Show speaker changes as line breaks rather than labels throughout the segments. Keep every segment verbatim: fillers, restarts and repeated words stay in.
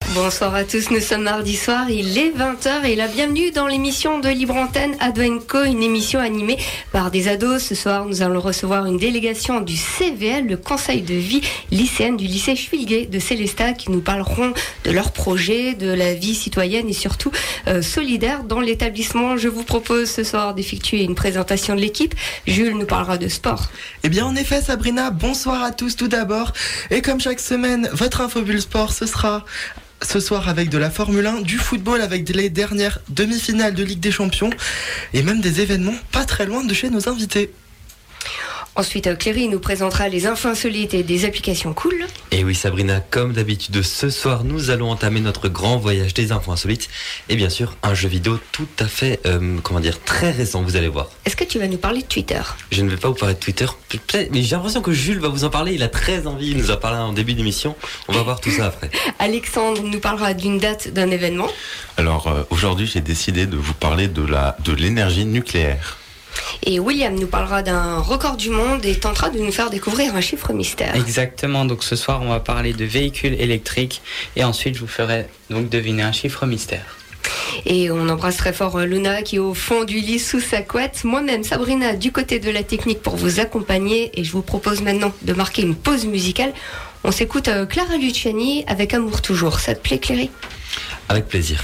Bonsoir à tous, nous sommes mardi soir, il est vingt heures et la bienvenue dans l'émission de Libre Antenne Ado and Co, une émission animée par des ados. Ce soir, nous allons recevoir une délégation du C V L, le Conseil de vie lycéenne du lycée Schwilguet de Célestat, qui nous parleront de leurs projets, de la vie citoyenne et surtout euh, solidaire dans l'établissement. Je vous propose ce soir d'effectuer une présentation de l'équipe. Jules nous parlera de sport.
Eh bien, en effet, Sabrina, bonsoir à tous tout d'abord. Et comme chaque semaine, votre Infobulle Sport, ce sera ce soir avec de la Formule un, du football avec les dernières demi-finales de Ligue des Champions et même des événements pas très loin de chez nos invités.
Ensuite, Cléry nous présentera les infos insolites et des applications cool.
Et oui, Sabrina, comme d'habitude, ce soir, nous allons entamer notre grand voyage des infos insolites. Et bien sûr, un jeu vidéo tout à fait, euh, comment dire, très récent, vous allez voir.
Est-ce que tu vas nous parler de Twitter ?
Je ne vais pas vous parler de Twitter, mais j'ai l'impression que Jules va vous en parler. Il a très envie, il nous a parlé en début d'émission. On va voir tout ça après.
Alexandre nous parlera d'une date d'un événement.
Alors, euh, aujourd'hui, j'ai décidé de vous parler de, la, de l'énergie nucléaire.
Et William nous parlera d'un record du monde et tentera de nous faire découvrir un chiffre mystère.
Exactement, donc ce soir on va parler de véhicules électriques et ensuite je vous ferai donc deviner un chiffre mystère.
Et on embrasse très fort Luna qui est au fond du lit sous sa couette. Moi-même, Sabrina, du côté de la technique pour vous accompagner. Et je vous propose maintenant de marquer une pause musicale. On s'écoute Clara Luciani avec Amour toujours. Ça te plaît, Cléry ?
Avec plaisir.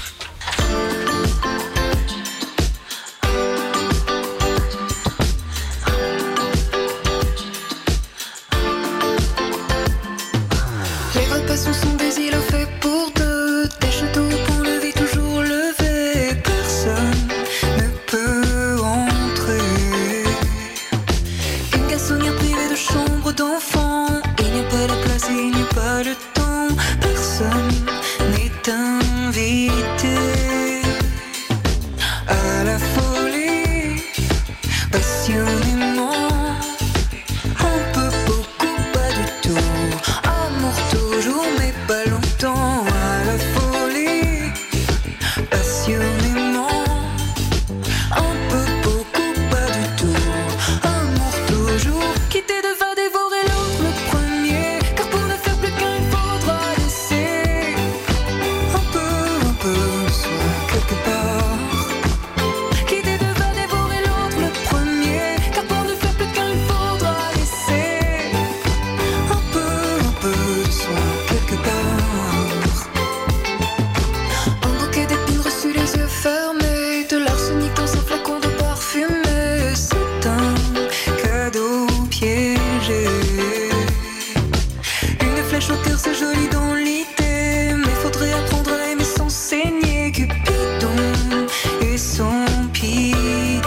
Ce sont des îlots faits pour deux, des châteaux pour le vide toujours levé. Personne ne peut entrer. Une garçonnière privée de chambre d'enfant. Il n'y a pas la place et il n'y a pas le temps. Personne n'est invité à la folie, passionnément. On peut beaucoup, pas du tout. Amour toujours, mais pas longtemps. À la folie, passionnément. On peut beaucoup, pas du tout. Amour toujours, quitter devant dévorer l'autre le premier. Car pour ne faire plus qu'un, il faudra laisser un peu, un peu de soi quelque part. Quitter devant dévorer l'autre le premier. Car pour ne faire plus qu'un, il faudra laisser un peu, un peu de soi quelque part. Un bouquet d'épines reçu les yeux fermés, de l'arsenic dans un flacon de parfumé. C'est un cadeau piégé. Une flèche au cœur, c'est joli dans l'idée, mais faudrait apprendre à aimer sans saigner. Cupidon et sans pitié.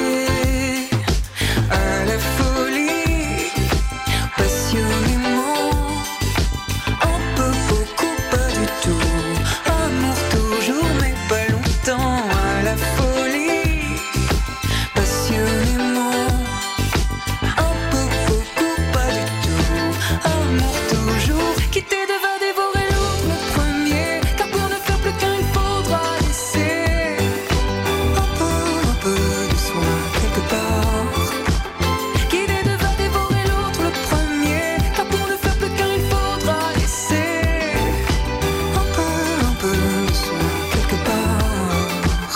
À la folie, passionnément. On peut beaucoup, pas du tout. Amour toujours, mais pas longtemps. À la folie, passionnément. On peut beaucoup, pas du tout. Amour toujours, quitter devant dévorer l'autre le premier. Car pour ne faire plus qu'un, il faudra laisser un peu, un peu de soi quelque part. Quitter devant dévorer l'autre le premier. Car pour ne faire plus qu'un, il faudra laisser un peu, un peu de soi quelque part.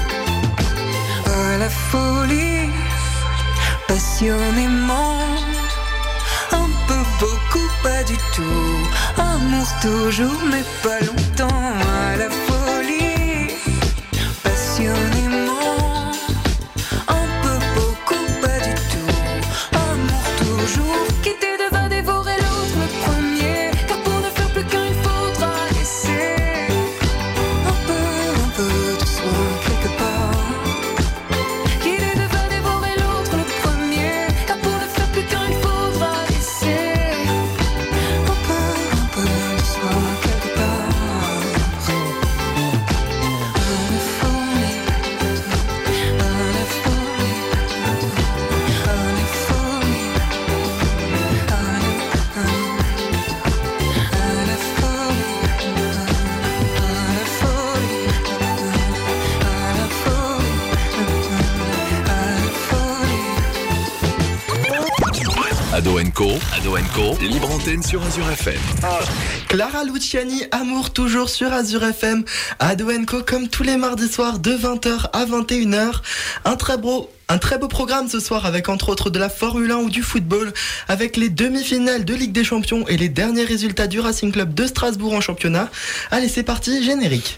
À la folie, passionnément. Un peu, beaucoup, pas du tout. Amour toujours, mais pas longtemps. À la folie, passionnément. Un peu, beaucoup, pas du tout. Amour toujours, quitter devant dévorer l'autre le premier. Car pour ne faire plus qu'un, il faudra laisser un peu, un peu de soi quelque part. Quitter devant dévorer l'autre le premier. Car pour ne faire plus qu'un, il faudra laisser un peu, un peu de soi quelque part.
Ado and Co, Ado and Co, Libre Antenne sur Azure F M.
Clara Luciani, Amour toujours sur Azure F M, Ado and Co comme tous les mardis soirs de vingt heures à vingt et une heures. Un très beau Un très beau programme ce soir avec entre autres de la Formule un ou du football, avec les demi-finales de Ligue des Champions et les derniers résultats du Racing Club de Strasbourg en championnat. Allez, c'est parti, générique.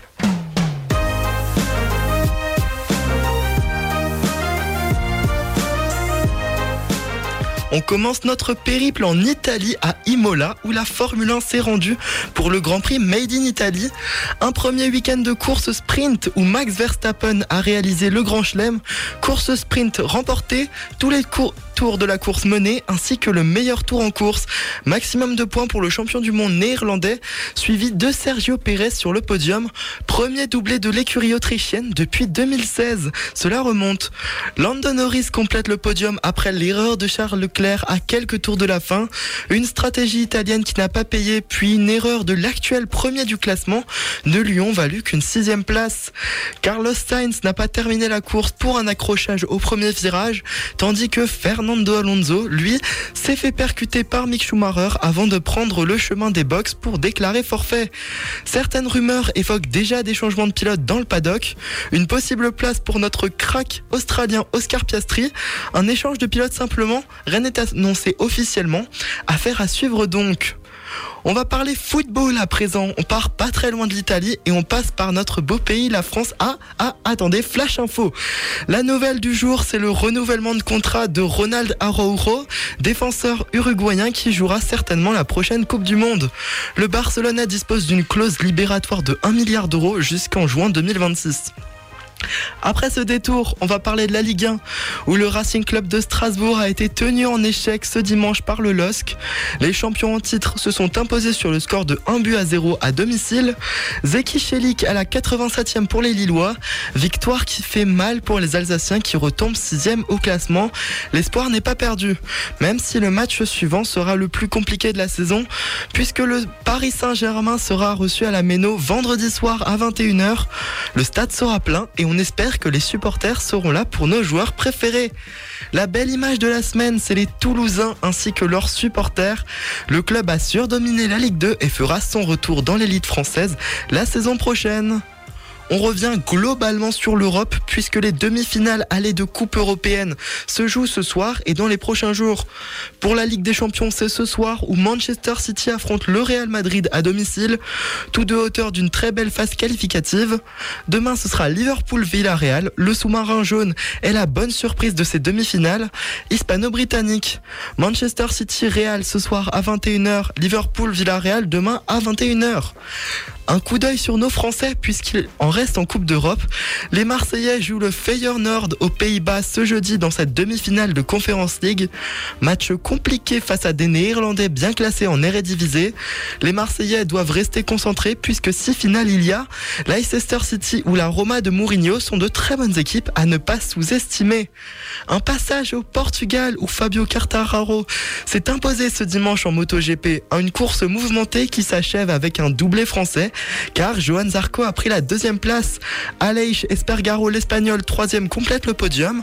On commence notre périple en Italie à Imola où la Formule un s'est rendue pour le Grand Prix Made in Italy. Un premier week-end de course sprint où Max Verstappen a réalisé le Grand Chelem. Course sprint remportée, tous les cours tour de la course menée ainsi que le meilleur tour en course. Maximum de points pour le champion du monde néerlandais, suivi de Sergio Pérez sur le podium. Premier doublé de l'écurie autrichienne depuis deux mille seize. Cela remonte. Lando Norris complète le podium après l'erreur de Charles Leclerc à quelques tours de la fin. Une stratégie italienne qui n'a pas payé, puis une erreur de l'actuel premier du classement ne lui ont valu qu'une sixième place. Carlos Sainz n'a pas terminé la course pour un accrochage au premier virage, tandis que Fernando Alonso, lui, s'est fait percuter par Mick Schumacher avant de prendre le chemin des box pour déclarer forfait. Certaines rumeurs évoquent déjà des changements de pilote dans le paddock, une possible place pour notre crack australien Oscar Piastri, un échange de pilotes simplement, rien n'est annoncé officiellement, affaire à suivre donc. On va parler football à présent, on part pas très loin de l'Italie et on passe par notre beau pays, la France. Ah, ah, attendez, flash info. La nouvelle du jour, c'est le renouvellement de contrat de Ronald Araujo, défenseur uruguayen qui jouera certainement la prochaine Coupe du Monde. Le Barcelone dispose d'une clause libératoire de un milliard d'euros jusqu'en juin deux mille vingt-six. Après ce détour, on va parler de la Ligue un, où le Racing Club de Strasbourg a été tenu en échec ce dimanche par le L O S C. Les champions en titre se sont imposés sur le score de un but à zéro à domicile. Zeki Chelik à la quatre-vingt-septième pour les Lillois. Victoire qui fait mal pour les Alsaciens qui retombent sixième au classement. L'espoir n'est pas perdu, même si le match suivant sera le plus compliqué de la saison, puisque le Paris Saint-Germain sera reçu à la Méno vendredi soir à vingt et une heures. Le stade sera plein et on espère que les supporters seront là pour nos joueurs préférés. La belle image de la semaine, c'est les Toulousains ainsi que leurs supporters. Le club a surdominé la Ligue deux et fera son retour dans l'élite française la saison prochaine. On revient globalement sur l'Europe puisque les demi-finales allées de Coupe européenne se jouent ce soir et dans les prochains jours. Pour la Ligue des Champions, c'est ce soir où Manchester City affronte le Real Madrid à domicile, tous deux auteurs d'une très belle phase qualificative. Demain, ce sera Liverpool-Villarreal. Le sous-marin jaune est la bonne surprise de ces demi-finales hispano-britanniques. Manchester City-Real ce soir à vingt et une heures, Liverpool-Villarreal demain à vingt et une heures. Un coup d'œil sur nos Français puisqu'il en reste en Coupe d'Europe. Les Marseillais jouent le Feyenoord aux Pays-Bas ce jeudi dans cette demi-finale de Conference League. Match compliqué face à des Néerlandais bien classés en Eredivisie. Les Marseillais doivent rester concentrés puisque si finales il y a, Leicester City ou la Roma de Mourinho sont de très bonnes équipes à ne pas sous-estimer. Un passage au Portugal où Fabio Quartararo s'est imposé ce dimanche en MotoGP. Une course mouvementée qui s'achève avec un doublé français, car Johan Zarco a pris la deuxième place. Aleix Espargaro, l'Espagnol, troisième, complète le podium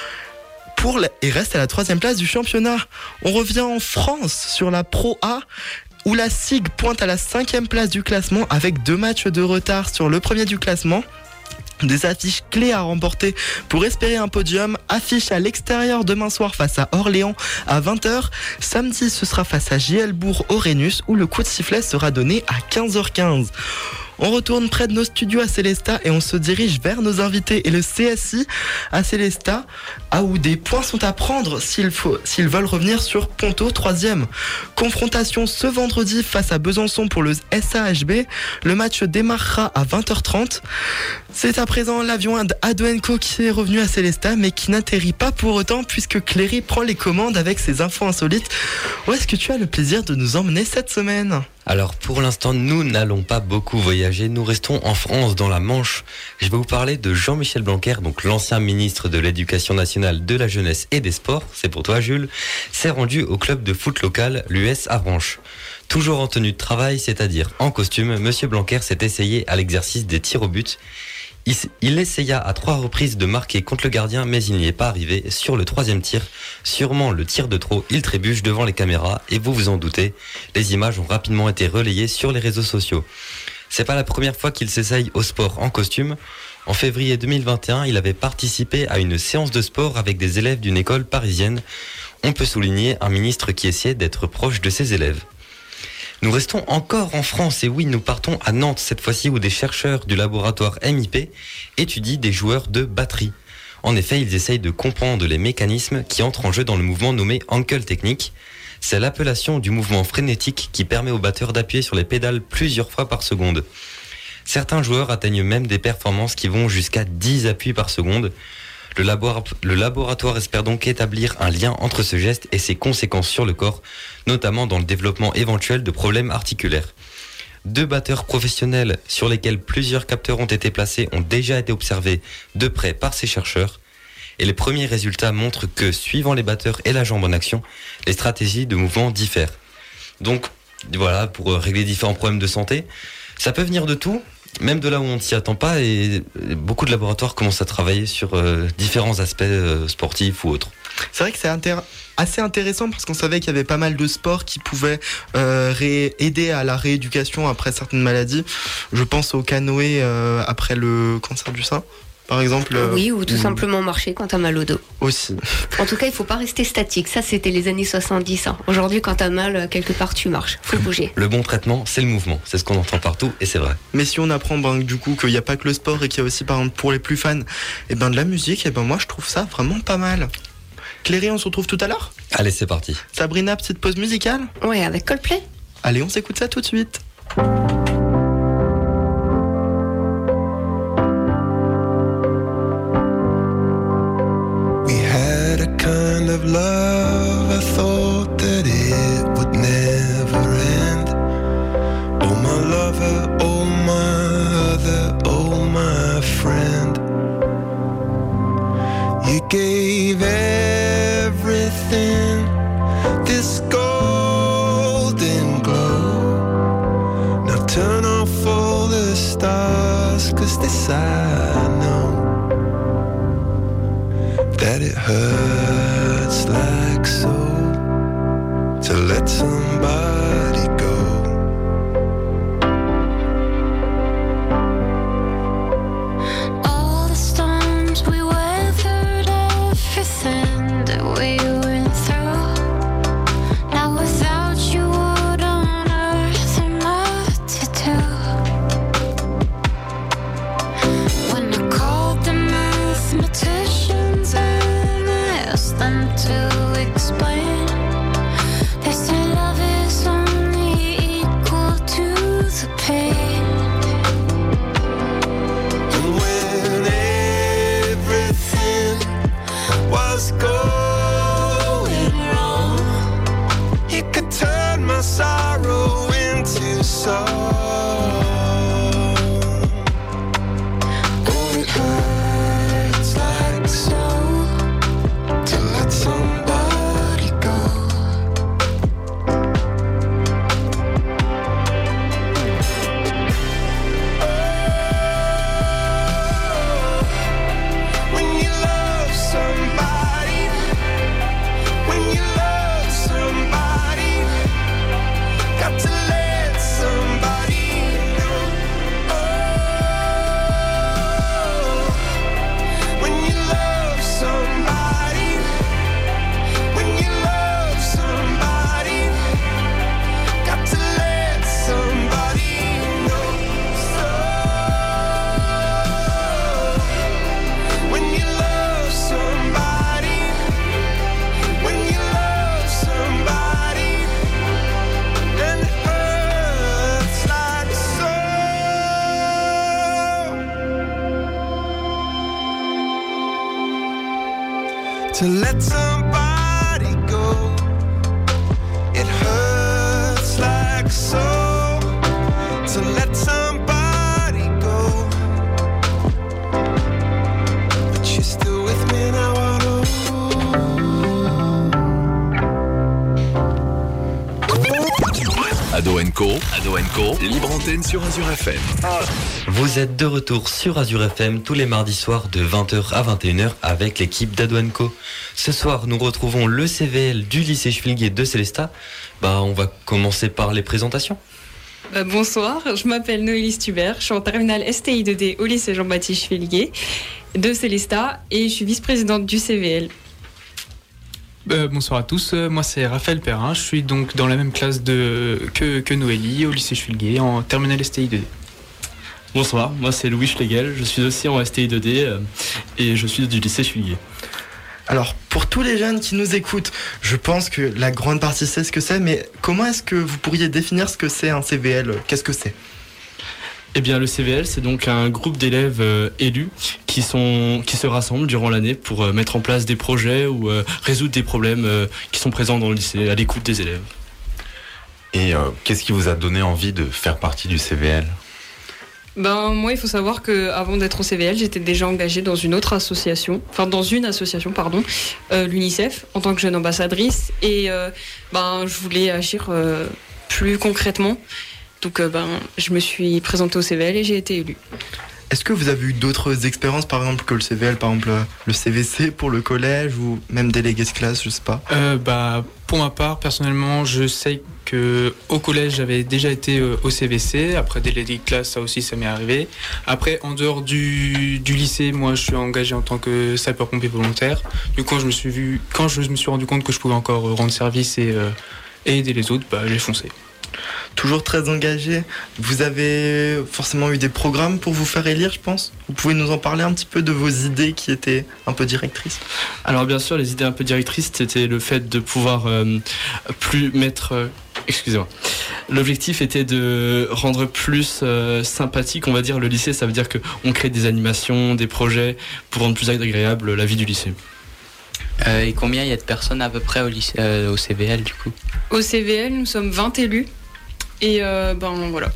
pour la... et reste à la troisième place du championnat. On revient en France sur la Pro A, où la S I G pointe à la cinquième place du classement avec deux matchs de retard sur le premier du classement. Des affiches clés à remporter pour espérer un podium. Affiche à l'extérieur demain soir face à Orléans à vingt heures. Samedi, ce sera face à J L Bourg-Aurenius où le coup de sifflet sera donné à quinze heures quinze. On retourne près de nos studios à Célestat et on se dirige vers nos invités et le C S I à Célestat, à où des points sont à prendre s'ils, faut, s'ils veulent revenir sur Ponto, troisième. Confrontation ce vendredi face à Besançon pour le S A H B. Le match démarrera à vingt heures trente. C'est à présent l'avion Ado and Co qui est revenu à Célestat mais qui n'atterrit pas pour autant puisque Cléry prend les commandes avec ses infos insolites. Où est-ce que tu as le plaisir de nous emmener cette semaine ?
Alors pour l'instant, nous n'allons pas beaucoup voyager, nous restons en France, dans la Manche. Je vais vous parler de Jean-Michel Blanquer, donc l'ancien ministre de l'Éducation nationale, de la jeunesse et des sports, c'est pour toi Jules, s'est rendu au club de foot local, l'U S Avranches. Toujours en tenue de travail, c'est-à-dire en costume, Monsieur Blanquer s'est essayé à l'exercice des tirs au but. Il, il essaya à trois reprises de marquer contre le gardien, mais il n'y est pas arrivé. Sur le troisième tir, sûrement le tir de trop, il trébuche devant les caméras et vous vous en doutez, les images ont rapidement été relayées sur les réseaux sociaux. C'est pas la première fois qu'il s'essaye au sport en costume. En février deux mille vingt et un, il avait participé à une séance de sport avec des élèves d'une école parisienne. On peut souligner un ministre qui essayait d'être proche de ses élèves. Nous restons encore en France et oui, nous partons à Nantes cette fois-ci où des chercheurs du laboratoire M I P étudient des joueurs de batterie. En effet, ils essayent de comprendre les mécanismes qui entrent en jeu dans le mouvement nommé Ankle Technique. C'est l'appellation du mouvement frénétique qui permet au batteur d'appuyer sur les pédales plusieurs fois par seconde. Certains joueurs atteignent même des performances qui vont jusqu'à dix appuis par seconde. Le, labora- le laboratoire espère donc établir un lien entre ce geste et ses conséquences sur le corps, notamment dans le développement éventuel de problèmes articulaires. Deux batteurs professionnels sur lesquels plusieurs capteurs ont été placés ont déjà été observés de près par ces chercheurs. Et les premiers résultats montrent que, suivant les batteurs et la jambe en action, les stratégies de mouvement diffèrent. Donc, voilà, pour régler différents problèmes de santé, ça peut venir de tout, même de là où on ne s'y attend pas, et beaucoup de laboratoires commencent à travailler sur euh, différents aspects euh, sportifs ou autres.
C'est vrai que c'est intér- assez intéressant parce qu'on savait qu'il y avait pas mal de sports qui pouvaient euh, ré- aider à la rééducation après certaines maladies. Je pense au canoë euh, après le cancer du sein. Par exemple. Euh,
Oui, ou tout
ou...
simplement marcher quand t'as mal au dos.
Aussi.
En tout cas, il faut pas rester statique. Ça, c'était les années soixante-dix. Hein. Aujourd'hui, quand t'as mal quelque part, tu marches. Faut bouger.
Le bon traitement, c'est le mouvement. C'est ce qu'on entend partout et c'est vrai.
Mais si on apprend ben, du coup qu'il n'y a pas que le sport et qu'il y a aussi par exemple pour les plus fans et ben, de la musique, et ben moi je trouve ça vraiment pas mal. Cléry, on se retrouve tout à l'heure.
Allez, c'est parti.
Sabrina, petite pause musicale.
Ouais, avec Coldplay.
Allez, on s'écoute ça tout de suite.
Kind of love, I thought that it would never end. Oh my lover, oh my other, oh my friend. You gave everything this golden glow. Now turn off all the stars, 'cause this I know, that it hurts like so to let somebody go.
All the storms we weathered, everything that we went through. Now without you, what on earth am I to do? When I called the mathematicians and I asked them to explain, they say love is only equal to the pain.
And when everything was going wrong, he could turn my sorrow into song. Oh, it hurts like so to let somebody go. When you love somebody, when you love somebody, got to let somebody know. Oh, when you love somebody, when you love somebody, got to let somebody know. So when you love somebody, when you love somebody, and it hurts like so to let somebody go, it hurts like so to let somebody go. But you're still with me now, I know.
Ado and Co, Ado and Co Co, libre antenne sur Azure F M.
Vous êtes de retour sur Azure F M tous les mardis soirs de vingt heures à vingt et une heures avec l'équipe d'Ado and Co. Ce soir, nous retrouvons le C V L du lycée Schwilguet de Célestat. Bah, on va commencer par les présentations.
Euh, bonsoir, je m'appelle Noélie Stuber, je suis en terminale S T I deux D au lycée Jean-Baptiste Schwilguet de Célestat et je suis vice-présidente du C V L.
Euh, bonsoir à tous, euh, moi c'est Raphaël Perrin, je suis donc dans la même classe de, que, que Noélie au lycée Schwilguet en terminale S T I deux D.
Bonsoir, moi c'est Louis Schlegel, je suis aussi en S T I deux D euh, et je suis du lycée Schwilguet.
Alors, pour tous les jeunes qui nous écoutent, je pense que la grande partie sait ce que c'est, mais comment est-ce que vous pourriez définir ce que c'est un C V L ? Qu'est-ce que c'est ?
Eh bien, le C V L, c'est donc un groupe d'élèves euh, élus qui, sont, qui se rassemblent durant l'année pour euh, mettre en place des projets ou euh, résoudre des problèmes euh, qui sont présents dans le lycée, à l'écoute des élèves.
Et euh, qu'est-ce qui vous a donné envie de faire partie du C V L ?
Ben moi, il faut savoir que avant d'être au C V L, j'étais déjà engagée dans une autre association, enfin dans une association, pardon, euh, l'UNICEF, en tant que jeune ambassadrice, et euh, ben je voulais agir euh, plus concrètement. Donc euh, ben je me suis présentée au C V L et j'ai été élue.
Est-ce que vous avez eu d'autres expériences, par exemple, que le C V L, par exemple le C V C pour le collège ou même délégué de classe, je sais pas.
Euh, bah, pour ma part, personnellement, je sais que au collège, j'avais déjà été euh, au C V C. Après délégué de classe, ça aussi, ça m'est arrivé. Après, en dehors du, du lycée, moi, je suis engagé en tant que sapeur-pompier volontaire. Du coup, quand je me suis vu, quand je me suis rendu compte que je pouvais encore rendre service et, euh, et aider les autres, bah, j'ai foncé.
Toujours très engagé. Vous avez forcément eu des programmes pour vous faire élire, je pense. Vous pouvez nous en parler un petit peu de vos idées qui étaient un peu directrices ?
Alors bien sûr, les idées un peu directrices, c'était le fait de pouvoir euh, plus mettre... Euh, excusez-moi. L'objectif était de rendre plus euh, sympathique, on va dire, le lycée. Ça veut dire qu'on crée des animations, des projets pour rendre plus agréable la vie du lycée.
Euh, et combien il y a de personnes à peu près au, lycée, euh, au C V L du coup ?
Au C V L, nous sommes vingt élus. Et euh, ben voilà.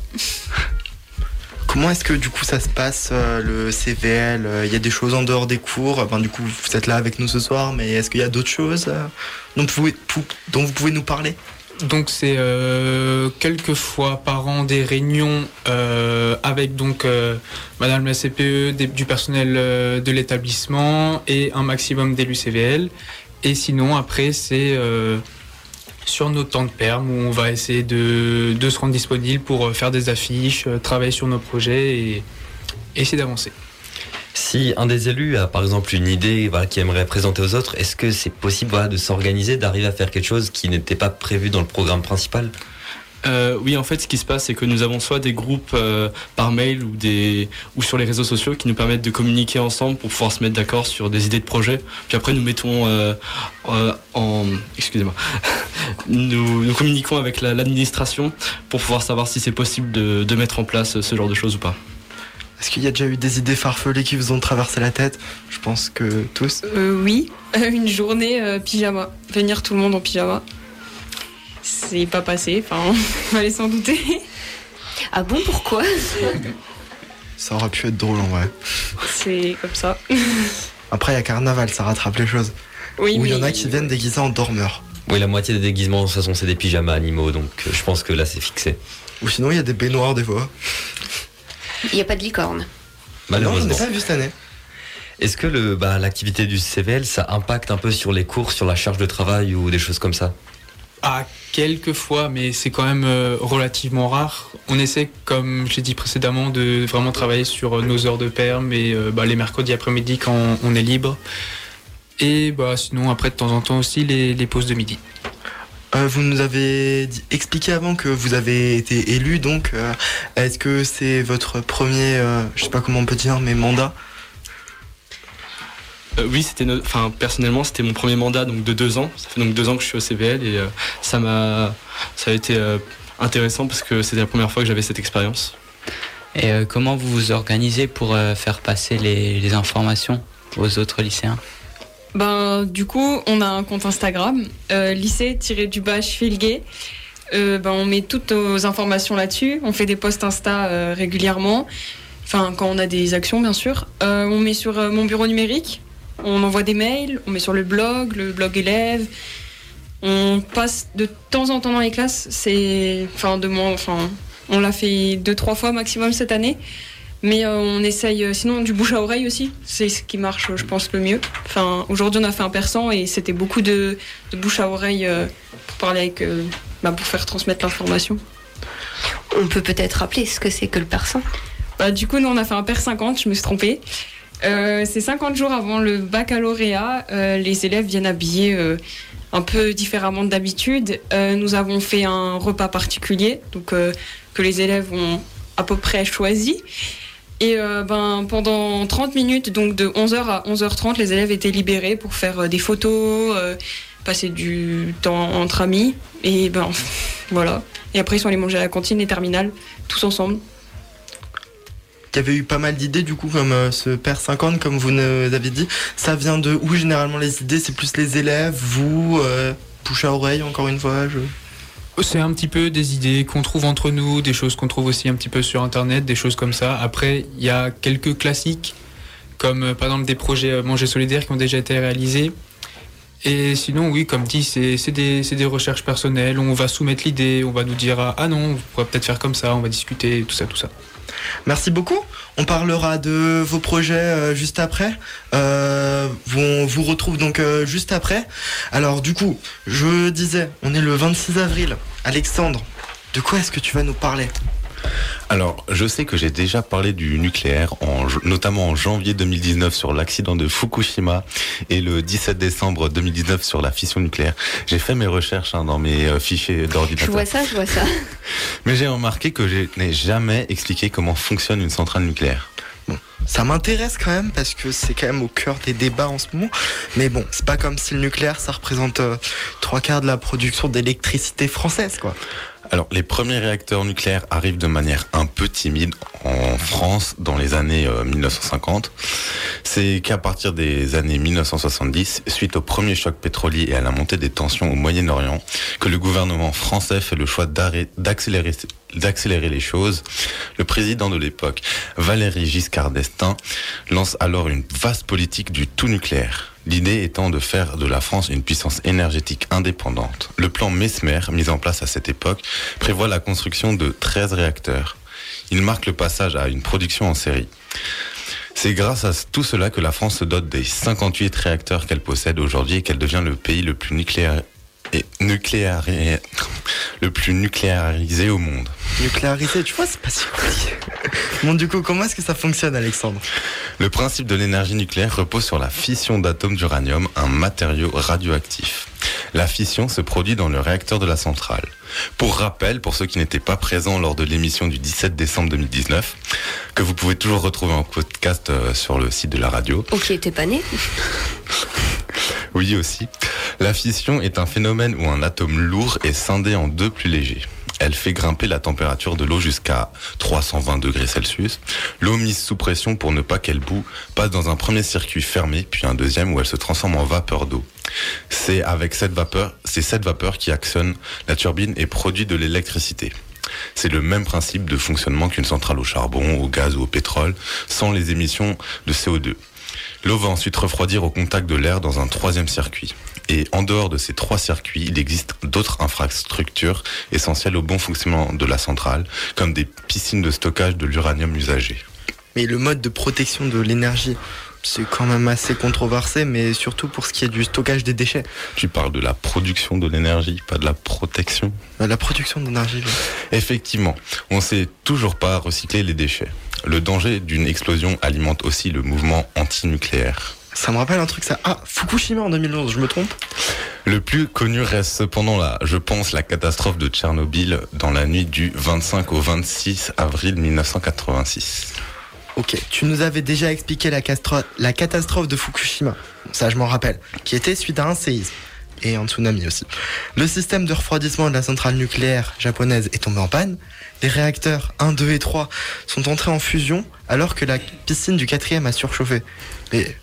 Comment est-ce que du coup ça se passe euh, le C V L ? Il y a des choses en dehors des cours. Ben, du coup vous êtes là avec nous ce soir, mais est-ce qu'il y a d'autres choses euh, dont, vous pouvez, dont vous pouvez nous parler ?
Donc c'est euh, quelques fois par an des réunions euh, avec donc euh, Madame la C P E, des, du personnel euh, de l'établissement et un maximum d'élus C V L. Et sinon après c'est euh, sur nos temps de perm où on va essayer de, de se rendre disponible pour faire des affiches, travailler sur nos projets et, et essayer d'avancer.
Si un des élus a par exemple une idée voilà, qu'il aimerait présenter aux autres, est-ce que c'est possible voilà, de s'organiser, d'arriver à faire quelque chose qui n'était pas prévu dans le programme principal ?
Euh, oui, en fait, ce qui se passe, c'est que nous avons soit des groupes euh, par mail ou, des, ou sur les réseaux sociaux qui nous permettent de communiquer ensemble pour pouvoir se mettre d'accord sur des idées de projets. Puis après, nous mettons euh, euh, en... Excusez-moi. Nous, nous communiquons avec la, l'administration pour pouvoir savoir si c'est possible de, de mettre en place ce genre de choses ou pas.
Est-ce qu'il y a déjà eu des idées farfelues qui vous ont traversé la tête ? Je pense que tous.
Euh, oui, une journée euh, pyjama. Venir tout le monde en pyjama. C'est pas passé, enfin, on fallait s'en douter.
Ah bon, pourquoi ?
Ça aurait pu être drôle en vrai.
C'est comme ça.
Après, il y a carnaval, ça rattrape les choses.
Oui,
Ou il y
mais...
en a qui viennent déguisés en dormeurs.
Oui, la moitié des déguisements, de toute façon, c'est des pyjamas animaux, donc euh, je pense que là, c'est fixé.
Ou sinon, il y a des baignoires des fois.
Il n'y a pas de licorne.
Malheureusement.
Non, je n'ai pas vu cette année.
Est-ce que le, bah, l'activité du C V L, ça impacte un peu sur les cours, sur la charge de travail ou des choses comme ça ?
Ah, quelques fois, mais c'est quand même euh, relativement rare. On essaie, comme j'ai dit précédemment, de vraiment travailler sur euh, nos heures de perm et euh, bah, les mercredis après-midi quand on est libre. Et bah, sinon, après, de temps en temps aussi, les, les pauses de midi.
Euh, vous nous avez dit, expliqué avant que vous avez été élu, donc euh, est-ce que c'est votre premier, euh, je sais pas comment on peut dire, mais mandat ?
Euh, oui, c'était no... enfin, personnellement, c'était mon premier mandat donc de deux ans. Ça fait donc deux ans que je suis au C V L et euh, ça m'a, ça a été euh, intéressant parce que c'était la première fois que j'avais cette expérience.
Et euh, comment vous vous organisez pour euh, faire passer les, les informations aux autres lycéens ?
Ben, du coup, on a un compte Instagram, euh, lycée-du-bas Schwilguet. Euh, ben, on met toutes nos informations là-dessus. On fait des posts Insta euh, régulièrement. Enfin, quand on a des actions, bien sûr. Euh, on met sur euh, mon bureau numérique. On envoie des mails. On met sur le blog, le blog élève. On passe de temps en temps dans les classes. C'est, enfin, de moins, enfin, On l'a fait deux, trois fois maximum cette année. Mais euh, on essaye, euh, sinon du bouche à oreille aussi, c'est ce qui marche, je pense, le mieux. Enfin, aujourd'hui, on a fait un persan et c'était beaucoup de, de bouche à oreille euh, pour parler avec, euh, bah, pour faire transmettre l'information.
On peut peut-être rappeler ce que c'est que le persan.
Bah, du coup, nous, on a fait un P E R cinquante, je me suis trompée. Euh, c'est cinquante jours avant le baccalauréat. Euh, les élèves viennent habillés euh, un peu différemment d'habitude. Euh, nous avons fait un repas particulier, donc euh, que les élèves ont à peu près choisi. Et euh, ben, pendant trente minutes, donc de onze heures à onze heures trente, les élèves étaient libérés pour faire euh, des photos, euh, passer du temps entre amis. Et ben voilà. Et après, ils sont allés manger à la cantine, les terminales, tous ensemble.
Il y avait eu pas mal d'idées du coup, comme euh, ce P E R cinquante, comme vous nous avez dit. Ça vient de où généralement les idées? C'est plus les élèves, vous, euh, bouche à oreille, encore une fois je...
C'est un petit peu des idées qu'on trouve entre nous, des choses qu'on trouve aussi un petit peu sur Internet, des choses comme ça. Après, il y a quelques classiques, comme euh, par exemple des projets euh, Manger solidaire qui ont déjà été réalisés. Et sinon, oui, comme dit, c'est, c'est, des, c'est des recherches personnelles. On va soumettre l'idée, on va nous dire « Ah non, on pourrait peut-être faire comme ça », on va discuter, tout ça, tout ça.
Merci beaucoup. On parlera de vos projets euh, juste après. Euh, on vous retrouve donc euh, juste après. Alors du coup, je disais, on est le vingt-six avril. Alexandre, de quoi est-ce que tu vas nous parler ?
Alors, je sais que j'ai déjà parlé du nucléaire, en, notamment en janvier deux mille dix-neuf sur l'accident de Fukushima et le dix-sept décembre deux mille dix-neuf sur la fission nucléaire. J'ai fait mes recherches hein, dans mes euh, fichiers d'ordinateur.
Je vois ça, je vois ça.
Mais j'ai remarqué que je n'ai jamais expliqué comment fonctionne une centrale nucléaire.
Bon, ça m'intéresse quand même parce que c'est quand même au cœur des débats en ce moment. Mais bon, c'est pas comme si le nucléaire, ça représente euh, trois quarts de la production d'électricité française, quoi.
Alors, les premiers réacteurs nucléaires arrivent de manière un peu timide en France dans les années euh, mille neuf cent cinquante. C'est qu'à partir des années mille neuf cent soixante-dix, suite au premier choc pétrolier et à la montée des tensions au Moyen-Orient, que le gouvernement français fait le choix d'accélérer, d'accélérer les choses. Le président de l'époque, Valéry Giscard d'Estaing, lance alors une vaste politique du tout nucléaire. L'idée étant de faire de la France une puissance énergétique indépendante. Le plan Mesmer, mis en place à cette époque, prévoit la construction de treize réacteurs. Il marque le passage à une production en série. C'est grâce à tout cela que la France se dote des cinquante-huit réacteurs qu'elle possède aujourd'hui et qu'elle devient le pays le plus nucléaire et nucléarisé, le plus nucléarisé au monde.
Nucléarisé, tu vois, c'est pas si compliqué. Bon, du coup, comment est-ce que ça fonctionne, Alexandre ?
Le principe de l'énergie nucléaire repose sur la fission d'atomes d'uranium, un matériau radioactif. La fission se produit dans le réacteur de la centrale. Pour rappel, pour ceux qui n'étaient pas présents lors de l'émission du dix-sept décembre deux mille dix-neuf, que vous pouvez toujours retrouver en podcast sur le site de la radio.
Ok, t'es pas né ?
Oui, aussi. La fission est un phénomène où un atome lourd est scindé en deux plus légers. Elle fait grimper la température de l'eau jusqu'à trois cent vingt degrés Celsius. L'eau mise sous pression pour ne pas qu'elle boue passe dans un premier circuit fermé, puis un deuxième où elle se transforme en vapeur d'eau. C'est avec cette vapeur, c'est cette vapeur qui actionne la turbine et produit de l'électricité. C'est le même principe de fonctionnement qu'une centrale au charbon, au gaz ou au pétrole, sans les émissions de C O deux. L'eau va ensuite refroidir au contact de l'air dans un troisième circuit. Et en dehors de ces trois circuits, il existe d'autres infrastructures essentielles au bon fonctionnement de la centrale, comme des piscines de stockage de l'uranium usagé.
Mais le mode de protection de l'énergie, c'est quand même assez controversé, mais surtout pour ce qui est du stockage des déchets.
Tu parles de la production de l'énergie, pas de la protection.
La production d'énergie, oui.
Effectivement, on ne sait toujours pas recycler les déchets. Le danger d'une explosion alimente aussi le mouvement anti-nucléaire.
Ça me rappelle un truc, ça. Ah, Fukushima en deux mille onze, je me trompe ?
Le plus connu reste cependant, la, je pense, la catastrophe de Tchernobyl dans la nuit du vingt-cinq au vingt-six avril mille neuf cent quatre-vingt-six.
Ok, tu nous avais déjà expliqué la, castro- la catastrophe de Fukushima, ça je m'en rappelle, qui était suite à un séisme et un tsunami aussi. Le système de refroidissement de la centrale nucléaire japonaise est tombé en panne. Les réacteurs un, deux et trois sont entrés en fusion alors que la piscine du quatrième a surchauffé. Mais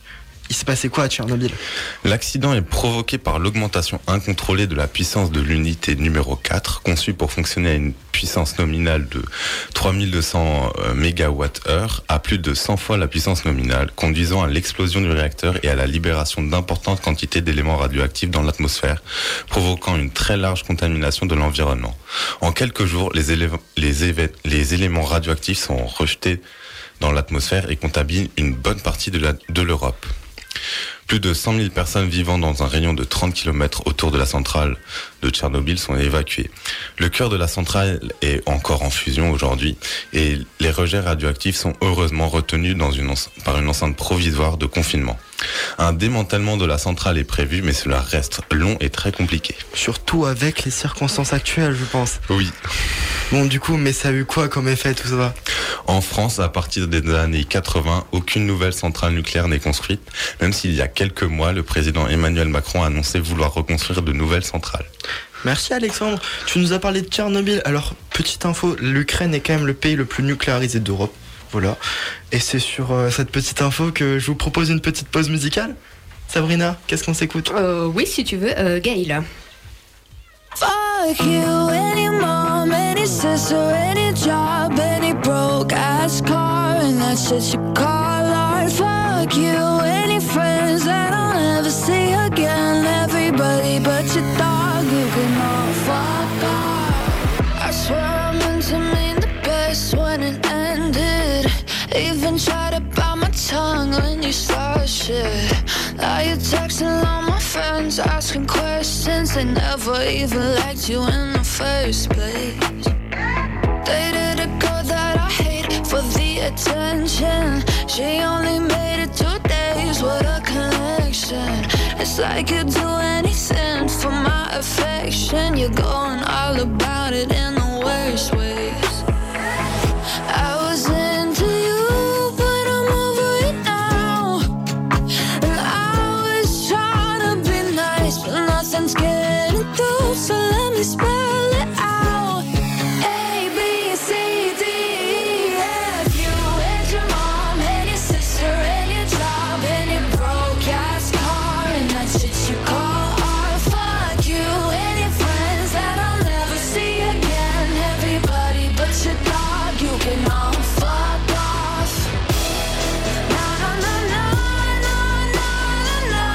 il s'est passé quoi à Tchernobyl ?
L'accident est provoqué par l'augmentation incontrôlée de la puissance de l'unité numéro quatre, conçue pour fonctionner à une puissance nominale de trois mille deux cents mégawattheures à plus de cent fois la puissance nominale, conduisant à l'explosion du réacteur et à la libération d'importantes quantités d'éléments radioactifs dans l'atmosphère, provoquant une très large contamination de l'environnement. En quelques jours, les, élé- les, éve- les éléments radioactifs sont rejetés dans l'atmosphère et contaminent une bonne partie de, la- de l'Europe. Plus de cent mille personnes vivant dans un rayon de trente kilomètres autour de la centrale de Tchernobyl sont évacuées. Le cœur de la centrale est encore en fusion aujourd'hui et les rejets radioactifs sont heureusement retenus dans une ence- par une enceinte provisoire de confinement. Un démantèlement de la centrale est prévu, mais cela reste long et très compliqué.
Surtout avec les circonstances actuelles, je pense.
Oui.
Bon, du coup, mais ça a eu quoi comme effet tout ça ?
En France, à partir des années quatre-vingts, aucune nouvelle centrale nucléaire n'est construite, même s'il y a quelques mois, le président Emmanuel Macron a annoncé vouloir reconstruire de nouvelles centrales.
Merci Alexandre. Tu nous as parlé de Tchernobyl. Alors, petite info, l'Ukraine est quand même le pays le plus nucléarisé d'Europe. Voilà. Et c'est sur euh, cette petite info que je vous propose une petite pause musicale. Sabrina, qu'est-ce qu'on s'écoute ?
Euh, oui, si tu veux, euh, Gaël.
Fuck you, any mom, any sister, any job, any broke ass car, and that shit you call art. Fuck you, any friends that I'll never see again. Everybody but your dog, you can all fuck off. I swear I meant to mean the best when it ended. Even tried to bite my tongue when you started shit. Now you're texting all my friends, asking questions. They never even liked you in the first place. Dated a girl that I hate for the attention. She only made it two days, what a connection. It's like you'd do anything for my affection. You're going all about it in the worst ways. I was into you, but I'm over it now. And I was trying to be nice, but nothing's getting through. So let me spell it out. A, B, C, D, E, F. You and your mom and your sister and your job and your broke ass car and that shit you call art. Fuck you and your friends that I'll never see again. Everybody but your dog, you can all fuck off. Na na na na na na na.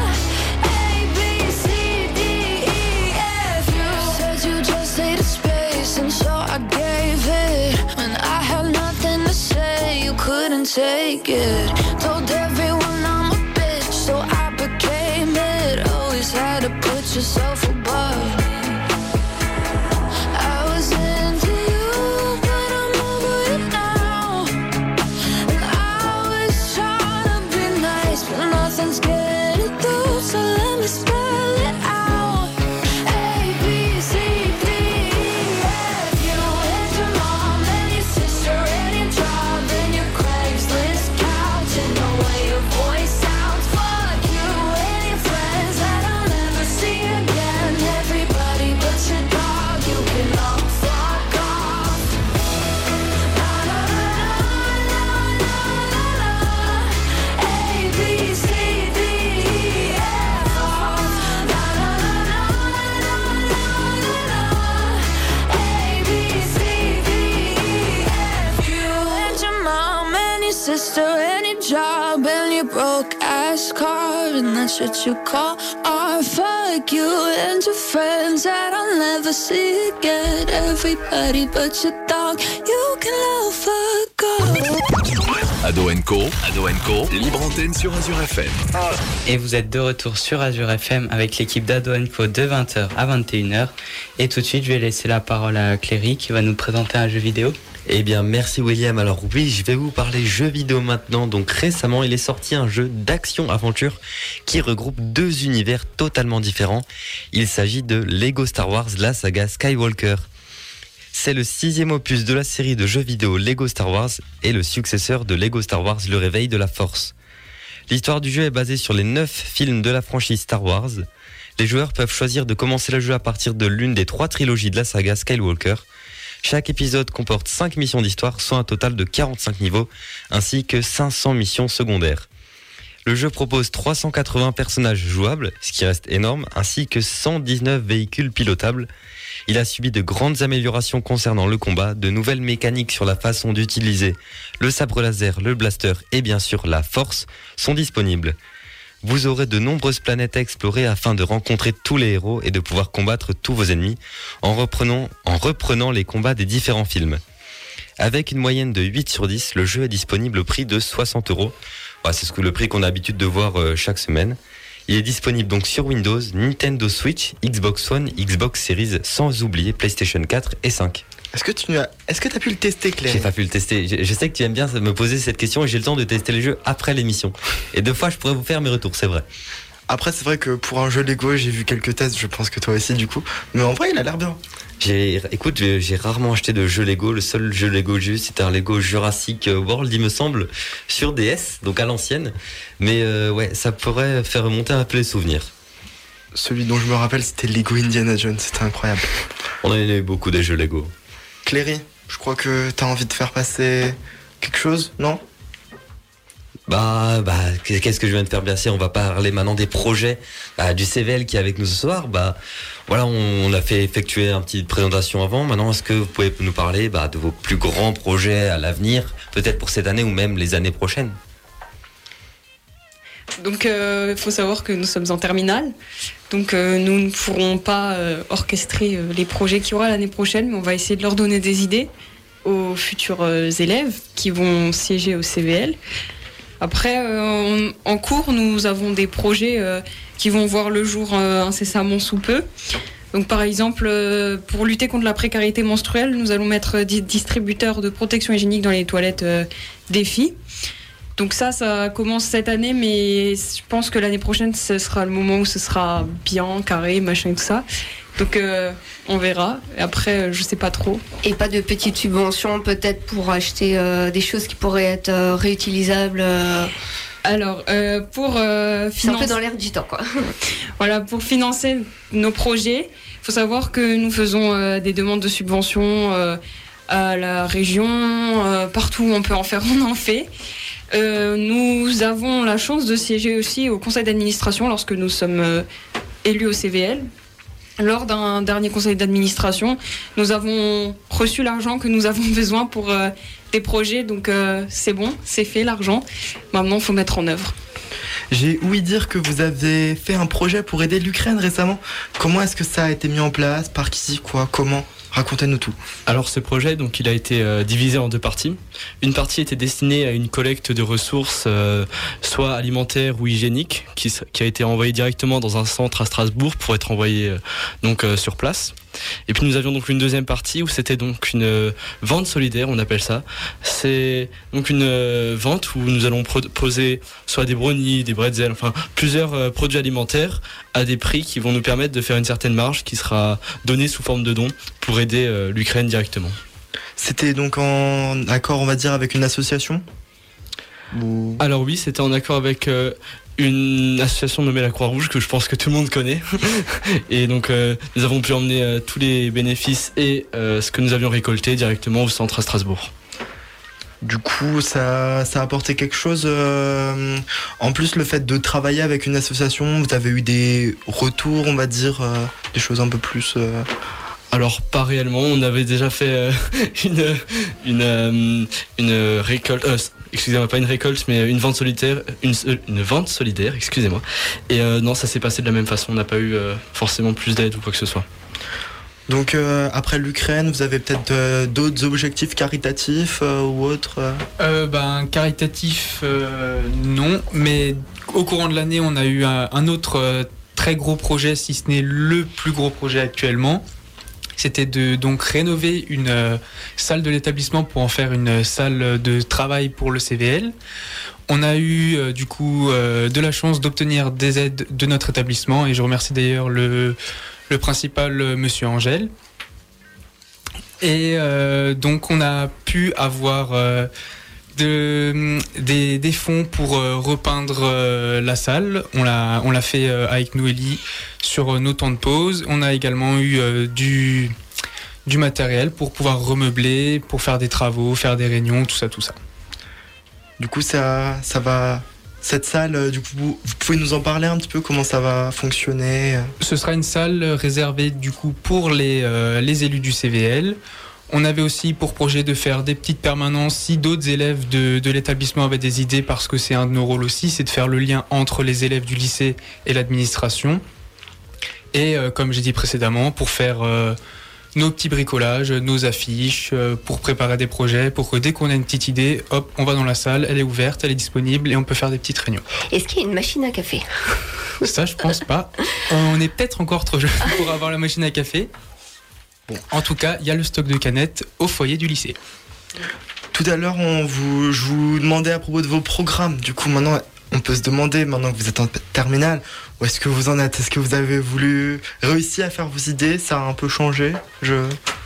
A, B, C, D, E, F. You said you just needed space, and so I gave it. When I had nothing to say, you couldn't take it. Told everyone I'm a bitch, so I became it. Always had to put yourself above me. I was into you, but I'm over it now. And I was trying to be nice, but nothing's getting through. So let me spell it out. A, B, C, D, E, F. You and your mom and your sister and your job and your Craigslist couch and the way your voice sounds. Fuck you and your friends that I'll never see again. Everybody but your dog, you can all fuck off. Na na na na na na na. A, B, C, D, E, F. Na na na na na na na. A, B, C, D, E, F. You and your mom and your sister and your job and your broke ass car and that shit you call art. Fuck you and your friends that I'll never see again. Everybody but your dog, you can all fuck off.
Ado and Co, Ado and Co, libre antenne sur Azure F M.
Et vous êtes de retour sur Azure F M avec l'équipe d'Ado and Co de vingt heures à vingt et une heures. Et tout de suite, je vais laisser la parole à Cléry qui va nous présenter un jeu vidéo.
Eh bien, merci William. Alors oui, je vais vous parler jeux vidéo maintenant. Donc récemment, il est sorti un jeu d'action-aventure qui regroupe deux univers totalement différents. Il s'agit de Lego Star Wars, la saga Skywalker. C'est le sixième opus de la série de jeux vidéo Lego Star Wars et le successeur de Lego Star Wars, le réveil de la Force. L'histoire du jeu est basée sur les neuf films de la franchise Star Wars. Les joueurs peuvent choisir de commencer le jeu à partir de l'une des trois trilogies de la saga Skywalker. Chaque épisode comporte cinq missions d'histoire, soit un total de quarante-cinq niveaux, ainsi que cinq cents missions secondaires. Le jeu propose trois cent quatre-vingts personnages jouables, ce qui reste énorme, ainsi que cent dix-neuf véhicules pilotables. Il a subi de grandes améliorations concernant le combat, de nouvelles mécaniques sur la façon d'utiliser le sabre laser, le blaster et bien sûr la force sont disponibles. Vous aurez de nombreuses planètes à explorer afin de rencontrer tous les héros et de pouvoir combattre tous vos ennemis en reprenant, en reprenant les combats des différents films. Avec une moyenne de huit sur dix, le jeu est disponible au prix de soixante euros. Ouais, c'est ce que le prix qu'on a l'habitude de voir euh, chaque semaine. Il est disponible donc sur Windows, Nintendo Switch, Xbox One, Xbox Series, sans oublier PlayStation quatre et cinq.
Est-ce que tu as, est-ce que tu as pu le tester, Claire ?
J'ai pas pu le tester. Je, je sais que tu aimes bien me poser cette question et j'ai le temps de tester les jeux après l'émission. Et deux fois, je pourrais vous faire mes retours, c'est vrai.
Après, c'est vrai que pour un jeu Lego, j'ai vu quelques tests, je pense que toi aussi, du coup. Mais en vrai, il a l'air bien.
J'ai, écoute, j'ai, j'ai rarement acheté de jeux Lego. Le seul jeu Lego que j'ai eu, c'était un Lego Jurassic World, il me semble, sur D S, donc à l'ancienne. Mais euh, ouais, ça pourrait faire remonter un peu les souvenirs.
Celui dont je me rappelle, c'était Lego Indiana Jones, c'était incroyable.
On en a eu beaucoup des jeux Lego.
Cléry, je crois que t'as envie de faire passer quelque chose, non ?
Bah, bah, qu'est-ce que je viens de faire, bien sûr. On va parler maintenant des projets bah, du C V L qui est avec nous ce soir. Bah, voilà, on, on a fait effectuer une petite présentation avant. Maintenant, est-ce que vous pouvez nous parler bah, de vos plus grands projets à l'avenir, peut-être pour cette année ou même les années prochaines ?
Donc, il euh, faut savoir que nous sommes en terminale. Donc, euh, nous ne pourrons pas euh, orchestrer euh, les projets qu'il y aura l'année prochaine, mais on va essayer de leur donner des idées aux futurs euh, élèves qui vont siéger au C V L. Après, euh, on, en cours, nous avons des projets euh, qui vont voir le jour euh, incessamment sous peu. Donc, par exemple, euh, pour lutter contre la précarité menstruelle, nous allons mettre des distributeurs de protection hygiénique dans les toilettes euh, des filles. Donc ça, ça commence cette année, mais je pense que l'année prochaine, ce sera le moment où ce sera bien, carré, machin et tout ça. Donc euh, on verra. Et après, je sais pas trop.
Et pas de petites subventions peut-être pour acheter euh, des choses qui pourraient être euh, réutilisables euh...
Alors, euh, pour euh, financer...
C'est un peu dans l'air du temps, quoi.
Voilà, pour financer nos projets, il faut savoir que nous faisons euh, des demandes de subventions euh, à la région, euh, partout où on peut en faire, on en fait. Euh, nous avons la chance de siéger aussi au conseil d'administration lorsque nous sommes euh, élus au C V L. Lors d'un dernier conseil d'administration, nous avons reçu l'argent que nous avons besoin pour euh, des projets. Donc euh, c'est bon, c'est fait l'argent. Maintenant, il faut mettre en œuvre.
J'ai ouï dire que vous avez fait un projet pour aider l'Ukraine récemment. Comment est-ce que ça a été mis en place ? Par qui ? Quoi ? Comment ? Racontez-nous tout.
Alors ce projet, donc, il a été euh, divisé en deux parties. Une partie était destinée à une collecte de ressources, euh, soit alimentaires ou hygiéniques, qui, qui a été envoyée directement dans un centre à Strasbourg pour être envoyée euh, donc euh, sur place. Et puis nous avions donc une deuxième partie où c'était donc une euh, vente solidaire, on appelle ça. C'est donc une euh, vente où nous allons proposer soit des brownies, des bretzels, enfin plusieurs euh, produits alimentaires à des prix qui vont nous permettre de faire une certaine marge qui sera donnée sous forme de dons pour aider euh, l'Ukraine directement.
C'était donc en accord, on va dire, avec une association ? Ou...
Alors oui, c'était en accord avec euh, une association nommée la Croix-Rouge que je pense que tout le monde connaît. Et donc euh, nous avons pu emmener euh, tous les bénéfices et euh, ce que nous avions récolté directement au centre à Strasbourg.
Du coup, ça, ça a apporté quelque chose. Euh, en plus, le fait de travailler avec une association, vous avez eu des retours, on va dire, euh, des choses un peu plus... Euh...
Alors pas réellement, on avait déjà fait euh, une une euh, une récolte, euh, excusez-moi pas une récolte, mais une vente solidaire, une une vente solidaire, excusez-moi. Et euh, non, ça s'est passé de la même façon, on n'a pas eu euh, forcément plus d'aide ou quoi que ce soit.
Donc euh, après l'Ukraine, vous avez peut-être euh, d'autres objectifs caritatifs euh, ou autres euh...
Euh, ben caritatif euh, non, mais au courant de l'année, on a eu un, un autre euh, très gros projet, si ce n'est le plus gros projet actuellement. C'était de donc rénover une euh, salle de l'établissement pour en faire une salle de travail pour le C V L. On a eu euh, du coup euh, de la chance d'obtenir des aides de notre établissement et je remercie d'ailleurs le, le principal, euh, monsieur Angèle. Et euh, donc on a pu avoir euh, de, des, des fonds pour euh, repeindre euh, la salle. On l'a, on l'a fait euh, avec Noélie sur euh, nos temps de pause. On a également eu euh, du, du matériel pour pouvoir remeubler, pour faire des travaux, faire des réunions, tout ça, tout ça.
Du coup, ça, ça va, cette salle, euh, du coup, vous, vous pouvez nous en parler un petit peu, comment ça va fonctionner?
Ce sera une salle réservée du coup pour les, euh, les élus du C V L. On avait aussi pour projet de faire des petites permanences si d'autres élèves de, de l'établissement avaient des idées, parce que c'est un de nos rôles aussi, c'est de faire le lien entre les élèves du lycée et l'administration. Et euh, comme j'ai dit précédemment, pour faire euh, nos petits bricolages, nos affiches, euh, pour préparer des projets, pour que dès qu'on a une petite idée, hop, on va dans la salle, elle est ouverte, elle est disponible et on peut faire des petites réunions.
Est-ce qu'il y a une machine à café?
Ça, je pense pas. On est peut-être encore trop jeune pour avoir la machine à café. Bon, en tout cas, il y a le stock de canettes au foyer du lycée.
Tout à l'heure, on vous, je vous demandais à propos de vos programmes. Du coup, maintenant, on peut se demander, maintenant que vous êtes en terminale, où est-ce que vous en êtes? Est-ce que vous avez voulu réussir à faire vos idées? Ça a un peu changé? Je...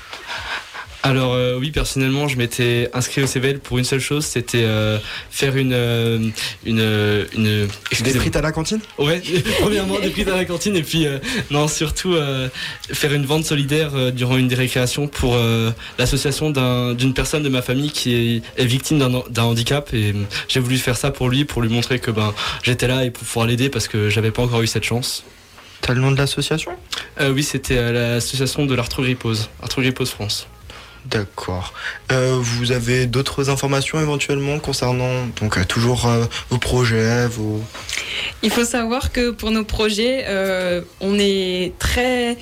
Alors euh, oui, personnellement, je m'étais inscrit au C V L pour une seule chose, c'était euh, faire une euh, une une
Des frites à la cantine?
Ouais, premièrement des frites à la cantine et puis euh, non, surtout euh, faire une vente solidaire euh, durant une des récréations pour euh, l'association d'un, d'une personne de ma famille qui est, est victime d'un, d'un handicap, et euh, j'ai voulu faire ça pour lui, pour lui montrer que ben j'étais là et pour pouvoir l'aider parce que j'avais pas encore eu cette chance.
T'as le nom de l'association?
euh, Oui, c'était euh, l'association de l'Arthrogrypose, Arthrogrypose France.
D'accord. Euh, vous avez d'autres informations éventuellement concernant donc euh, toujours euh, vos projets, vos...
Il faut savoir que pour nos projets, euh, on est très...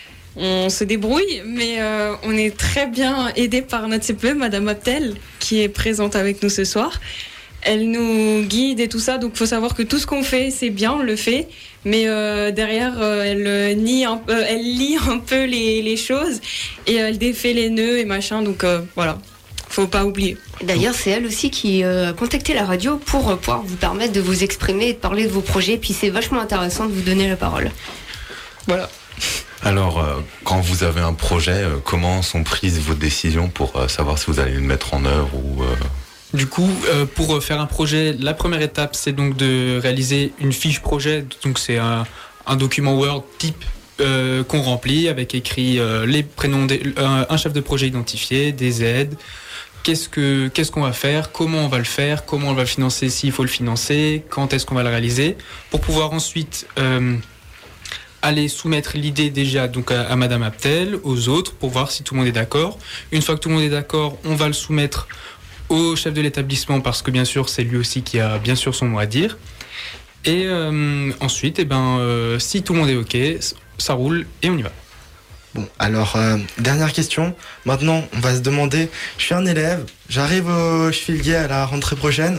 On se débrouille, mais euh, on est très bien aidé par notre C P E, Madame Abtel, qui est présente avec nous ce soir. Elle nous guide et tout ça, donc il faut savoir que tout ce qu'on fait, c'est bien, on le fait. Mais euh, derrière, euh, elle, euh, nie un, euh, elle lit un peu les, les choses et euh, elle défait les nœuds et machin. Donc euh, voilà, faut pas oublier.
D'ailleurs, c'est elle aussi qui euh, a contacté la radio pour euh, pouvoir vous permettre de vous exprimer et de parler de vos projets. Puis c'est vachement intéressant de vous donner la parole.
Voilà.
Alors, euh, quand vous avez un projet, euh, comment sont prises vos décisions pour euh, savoir si vous allez le mettre en œuvre ou... Euh...
Du coup, euh, pour faire un projet, la première étape, c'est donc de réaliser une fiche projet. Donc c'est un, un document Word type euh, qu'on remplit avec écrit euh, les prénoms, des, euh, un chef de projet identifié, des aides, qu'est-ce que qu'est-ce qu'on va faire, comment on va le faire, comment on va le financer, s'il faut le financer, quand est-ce qu'on va le réaliser, pour pouvoir ensuite euh, aller soumettre l'idée déjà donc à, à Madame Abtel, aux autres, pour voir si tout le monde est d'accord. Une fois que tout le monde est d'accord, on va le soumettre au chef de l'établissement, parce que bien sûr c'est lui aussi qui a bien sûr son mot à dire, et euh, ensuite eh ben, euh, si tout le monde est ok, ça roule et on y va.
Bon, alors euh, dernière question, maintenant on va se demander, je suis un élève, j'arrive au Schwilguet à la rentrée prochaine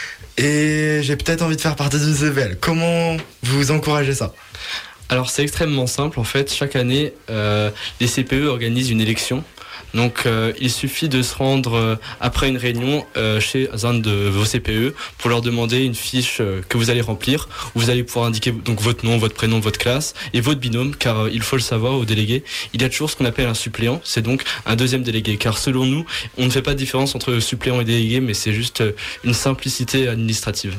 et j'ai peut-être envie de faire partie du C V L, comment vous encouragez ça?
Alors c'est extrêmement simple en fait, chaque année euh, les C P E organisent une élection. Donc euh, il suffit de se rendre euh, après une réunion euh, chez un de vos C P E pour leur demander une fiche euh, que vous allez remplir, où vous allez pouvoir indiquer donc votre nom, votre prénom, votre classe et votre binôme, car euh, il faut le savoir aux délégués, il y a toujours ce qu'on appelle un suppléant, c'est donc un deuxième délégué, car selon nous on ne fait pas de différence entre suppléant et délégué, mais c'est juste euh, une simplicité administrative.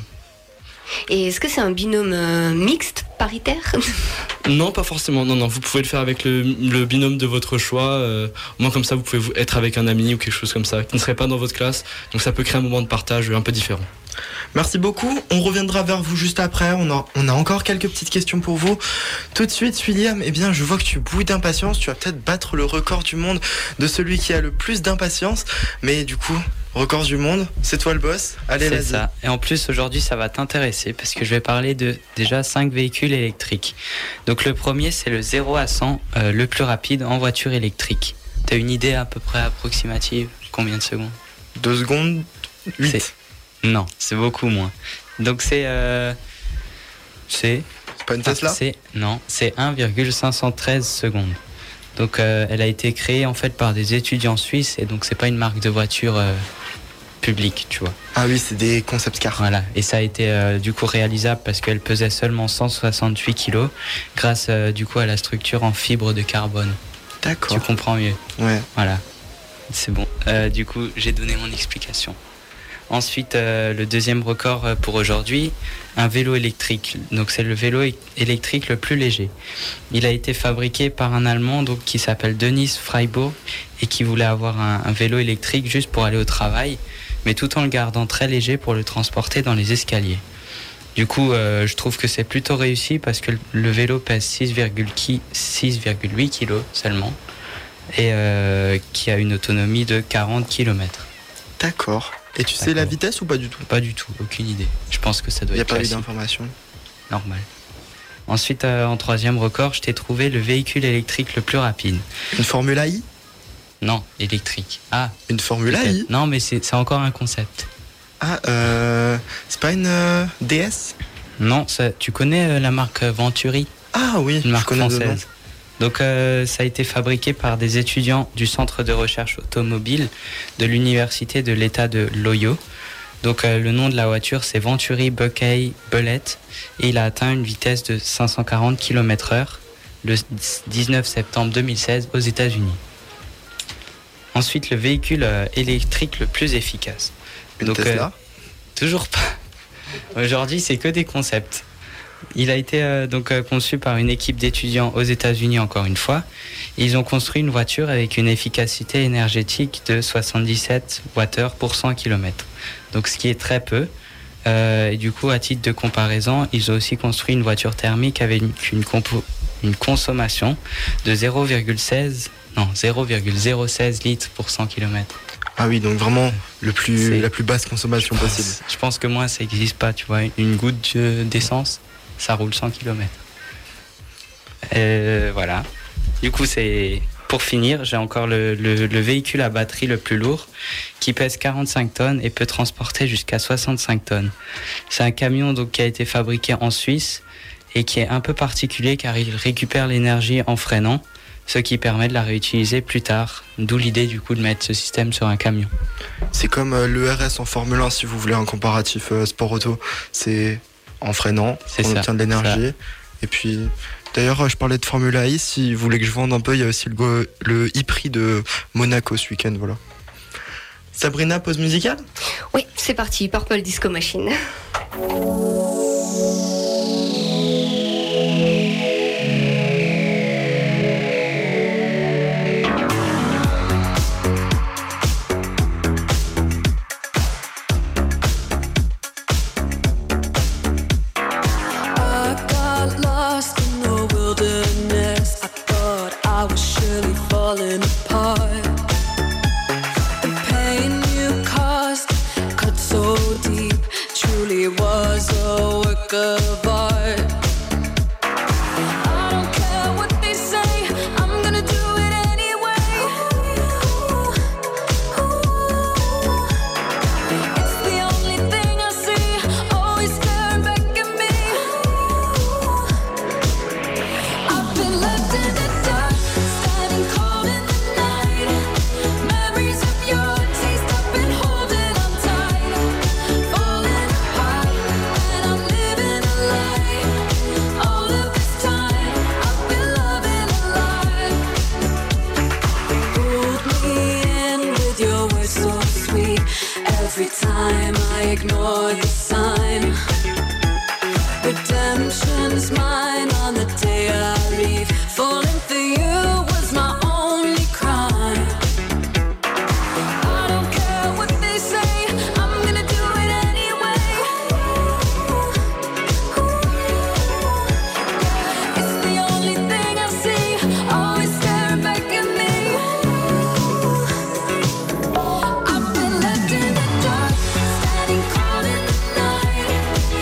Et est-ce que c'est un binôme euh, mixte, paritaire?
Non, pas forcément. Non, non. Vous pouvez le faire avec le, le binôme de votre choix. Euh, au moins comme ça, vous pouvez être avec un ami ou quelque chose comme ça, qui ne serait pas dans votre classe. Donc ça peut créer un moment de partage un peu différent.
Merci beaucoup. On reviendra vers vous juste après. On a, on a encore quelques petites questions pour vous. Tout de suite, William, eh bien, je vois que tu bouilles d'impatience. Tu vas peut-être battre le record du monde de celui qui a le plus d'impatience. Mais du coup, record du monde, c'est toi le boss. Allez,
c'est
vas-y.
ça. Et en plus, aujourd'hui, ça va t'intéresser parce que je vais parler de déjà cinq véhicules électriques. Donc le premier, c'est le zéro à cent, euh, le plus rapide en voiture électrique. T'as une idée à peu près approximative? Combien de secondes?
Deux secondes, huit.
C'est... Non, c'est beaucoup moins. Donc c'est... Euh... C'est...
C'est pas une Tesla?
c'est... Non, c'est un virgule cinq cent treize secondes. Donc euh, elle a été créée en fait par des étudiants suisses, et donc c'est pas une marque de voiture euh, publique, tu vois.
Ah oui, c'est des concept cars.
Voilà, et ça a été euh, du coup réalisable parce qu'elle pesait seulement cent soixante-huit kilos grâce euh, du coup à la structure en fibre de carbone.
D'accord.
Tu comprends mieux.
Ouais.
Voilà, c'est bon. Euh, du coup, j'ai donné mon explication. Ensuite, euh, le deuxième record pour aujourd'hui, un vélo électrique. Donc c'est le vélo é- électrique le plus léger. Il a été fabriqué par un Allemand donc, qui s'appelle Denis Freiburg et qui voulait avoir un, un vélo électrique juste pour aller au travail, mais tout en le gardant très léger pour le transporter dans les escaliers. Du coup, euh, je trouve que c'est plutôt réussi parce que le vélo pèse six virgule huit kilos seulement et euh, qui a une autonomie de quarante kilomètres.
D'accord. Et tu sais
D'accord.
la vitesse ou pas du tout?
Pas du tout, aucune idée. Je pense que ça doit
Il n'y a
être
pas eu
classique.
d'informations.
Normal. Ensuite, euh, en troisième record, je t'ai trouvé le véhicule électrique le plus rapide.
Une Formule I?
Non, électrique. Ah,
Une Formule
peut-être.
I?
Non, mais c'est c'est encore un concept.
Ah, euh. C'est pas une euh, D S?
Non, ça, tu connais euh, la marque Venturi,
Ah oui,
une
je
marque
connais le nom.
française. Donc, euh, ça a été fabriqué par des étudiants du Centre de recherche automobile de l'Université de l'État de l'Ohio. Donc, euh, le nom de la voiture, c'est Venturi Buckeye Bullet et il a atteint une vitesse de cinq cent quarante kilomètres heure le dix-neuf septembre deux mille seize aux États-Unis. Ensuite, le véhicule euh, électrique le plus efficace.
Une
Donc,
Tesla?
euh, toujours pas. Aujourd'hui, c'est que des concepts. Il a été euh, donc euh, conçu par une équipe d'étudiants aux États-Unis encore une fois. Ils ont construit une voiture avec une efficacité énergétique de soixante-dix-sept watts pour cent kilomètres. Donc ce qui est très peu. Euh, et du coup, à titre de comparaison, ils ont aussi construit une voiture thermique avec une, une, compo- une consommation de zéro virgule seize non zéro virgule zéro seize litres pour cent kilomètres.
Ah oui, donc vraiment le plus,
C'est-
la plus basse consommation possible.
Je pense que moi, ça n'existe pas, tu vois. Une goutte de- d'essence, ça roule cent kilomètres. Euh, voilà. Du coup, c'est pour finir, j'ai encore le, le- le véhicule à batterie le plus lourd qui pèse quarante-cinq tonnes et peut transporter jusqu'à soixante-cinq tonnes. C'est un camion donc, qui a été fabriqué en Suisse et qui est un peu particulier car il récupère l'énergie en freinant, ce qui permet de la réutiliser plus tard. D'où l'idée du coup de mettre ce système sur un camion.
C'est comme euh, l'E R S en Formule un, si vous voulez un comparatif euh, sport auto. C'est en freinant,
C'est
on
ça,
obtient de l'énergie. Et puis, d'ailleurs, euh, je parlais de Formule I. Si vous voulez que je vende un peu, il y a aussi le, go- le e-prix de Monaco ce week-end. Voilà. Sabrina, pause musicale?
Oui, c'est parti, Purple Disco Machine.
I got lost in the wilderness. I thought I was surely falling apart. The pain you caused cut so deep, truly was a work of art. I don't care what they say, I'm gonna do it anyway. It's the only thing I see, always staring back at me. I've been left in the dark, standing cold in the night. Memories of your taste, I've been holding on tight. Falling apart, and I'm living a lie. All of this time, I've been loving a lie. Pulled me in with your words so sweet. Every time I ignore the sign. Redemption's mine on the day I leave. Falling for you was my only crime. I don't care what they say, I'm gonna do it anyway. It's the only thing I see, always staring back at me. I've been left in the dark, standing cold in the night.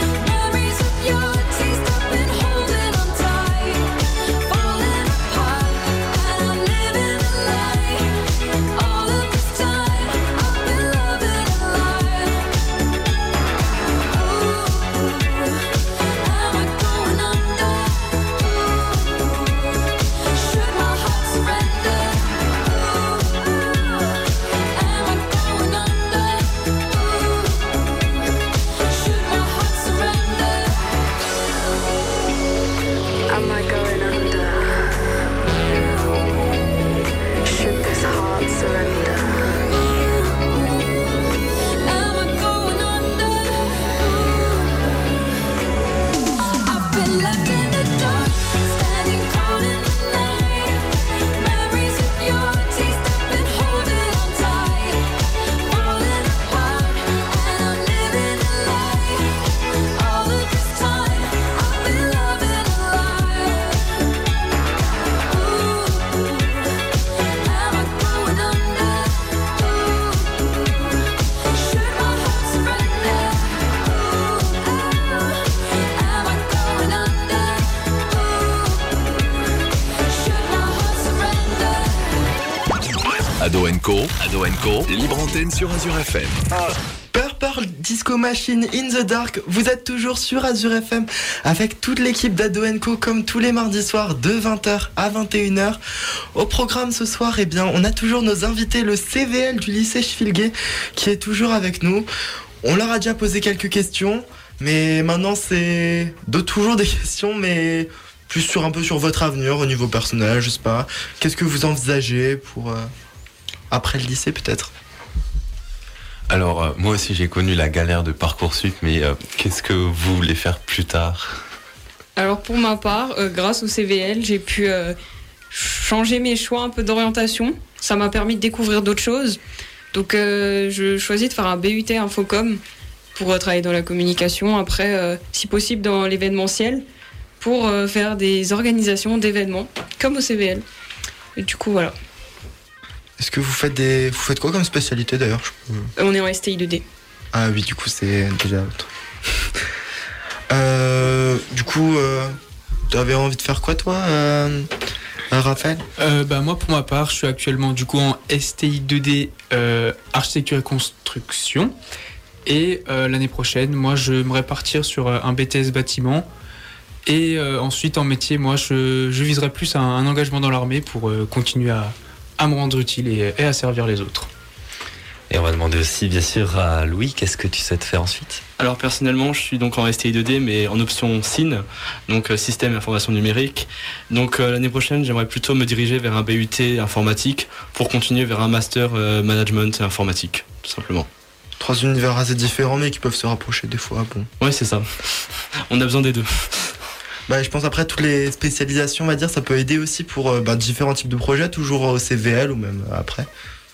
Co, Ado and Co, libre antenne sur Azure F M.
Purple Disco Machine in the Dark, vous êtes toujours sur Azure F M avec toute l'équipe d'Ado and Co comme tous les mardis soirs de vingt heures à vingt et une heures. Au programme ce soir, eh bien, on a toujours nos invités, le C V L du lycée Schwilgé qui est toujours avec nous. On leur a déjà posé quelques questions, mais maintenant c'est de toujours des questions, mais plus sur un peu sur votre avenir au niveau personnel, je sais pas. Qu'est-ce que vous envisagez pour euh, après le lycée peut-être?
Alors, euh, moi aussi, j'ai connu la galère de Parcoursup, mais euh, qu'est-ce que vous voulez faire plus tard?
Alors pour ma part, euh, grâce au C V L, j'ai pu euh, changer mes choix un peu d'orientation. Ça m'a permis de découvrir d'autres choses. Donc euh, je choisis de faire un B U T Infocom pour euh, travailler dans la communication. Après, euh, si possible, dans l'événementiel pour euh, faire des organisations d'événements, comme au C V L. Et du coup, voilà.
Est-ce que vous faites des, vous faites quoi comme spécialité d'ailleurs?
On est en S T I deux D.
Ah oui, du coup c'est déjà autre. euh, du coup, euh, tu avais envie de faire quoi toi, euh, Raphaël?
euh, bah, Moi pour ma part, je suis actuellement du coup en S T I deux D euh, architecture et construction. Et euh, l'année prochaine, moi j'aimerais partir sur un B T S bâtiment. Et euh, ensuite en métier, moi je, je viserais plus un, un engagement dans l'armée pour euh, continuer à à me rendre utile et, et à servir les autres.
Et on va demander aussi bien sûr à Louis, qu'est-ce que tu souhaites faire ensuite?
Alors personnellement, je suis donc en S T I deux D, mais en option S I N, donc euh, système et information numérique. Donc euh, l'année prochaine, j'aimerais plutôt me diriger vers un B U T informatique pour continuer vers un master euh, management et informatique, tout simplement.
Trois univers assez différents, mais qui peuvent se rapprocher des fois. Bon.
Ouais, c'est ça. On a besoin des deux.
Bah, je pense après toutes les spécialisations, on va dire, ça peut aider aussi pour euh, bah, différents types de projets, toujours au C V L ou même après.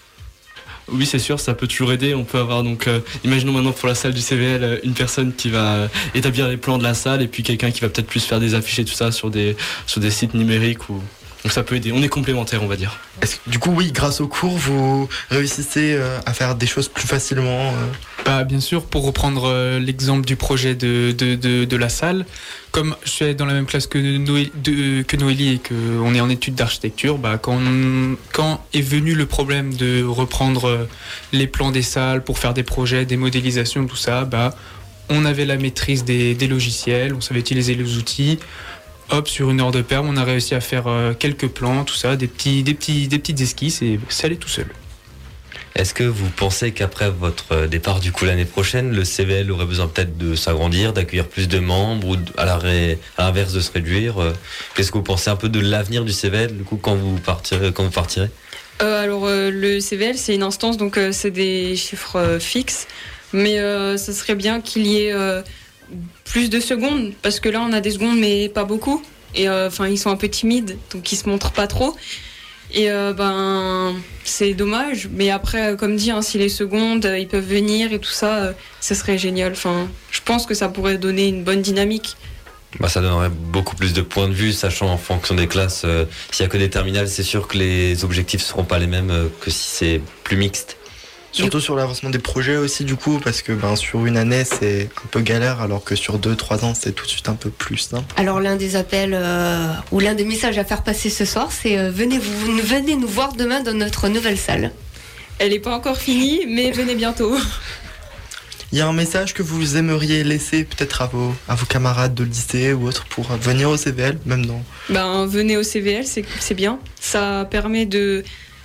Oui, c'est sûr, ça peut toujours aider. On peut avoir donc, euh, imaginons maintenant pour la salle du C V L, une personne qui va euh, établir les plans de la salle et puis quelqu'un qui va peut-être plus faire des affiches et tout ça sur des sur des sites numériques ou donc ça peut aider. On est complémentaires, on va dire.
Est-ce que, du coup, oui, grâce au cours, vous réussissez euh, à faire des choses plus facilement euh...
Bah, bien sûr, pour reprendre euh, l'exemple du projet de, de, de, de la salle, comme je suis dans la même classe que, Noé, de, que Noélie et qu'on est en études d'architecture, bah, quand, on, quand est venu le problème de reprendre euh, les plans des salles pour faire des projets, des modélisations, tout ça, bah, on avait la maîtrise des, des logiciels, on savait utiliser les outils. Hop, sur une heure de perm, on a réussi à faire euh, quelques plans, tout ça, des, petits, des, petits, des petites esquisses et ça allait tout seul.
Est-ce que vous pensez qu'après votre départ du coup l'année prochaine, le C V L aurait besoin peut-être de s'agrandir, d'accueillir plus de membres ou à l'inverse de se réduire? Qu'est-ce que vous pensez un peu de l'avenir du C V L du coup quand vous partirez, quand vous partirez
euh, Alors euh, le C V L c'est une instance, donc euh, c'est des chiffres euh, fixes, mais euh, ça serait bien qu'il y ait euh, plus de secondes, parce que là on a des secondes mais pas beaucoup, et enfin euh, ils sont un peu timides, donc ils se montrent pas trop. Et euh, ben c'est dommage, mais après comme dit hein, si les secondes euh, ils peuvent venir et tout ça, euh, ça serait génial. Enfin, je pense que ça pourrait donner une bonne dynamique.
Bah, ça donnerait beaucoup plus de points de vue, sachant en fonction des classes, euh, s'il y a que des terminales, c'est sûr que les objectifs seront pas les mêmes euh, que si c'est plus mixte.
Surtout sur l'avancement des projets aussi du coup, parce que ben, sur une année c'est un peu galère, alors que sur deux trois ans c'est tout de suite un peu plus simple.
Alors l'un des appels euh, ou l'un des messages à faire passer ce soir, c'est euh, venez, vous, venez nous voir demain dans notre nouvelle salle.
Elle n'est pas encore finie, mais venez bientôt.
Il y a un message que vous aimeriez laisser peut-être à vos, à vos camarades de lycée ou autres pour venir au C V L, même non?
Ben venez au C V L, c'est, c'est bien. Ça permet de...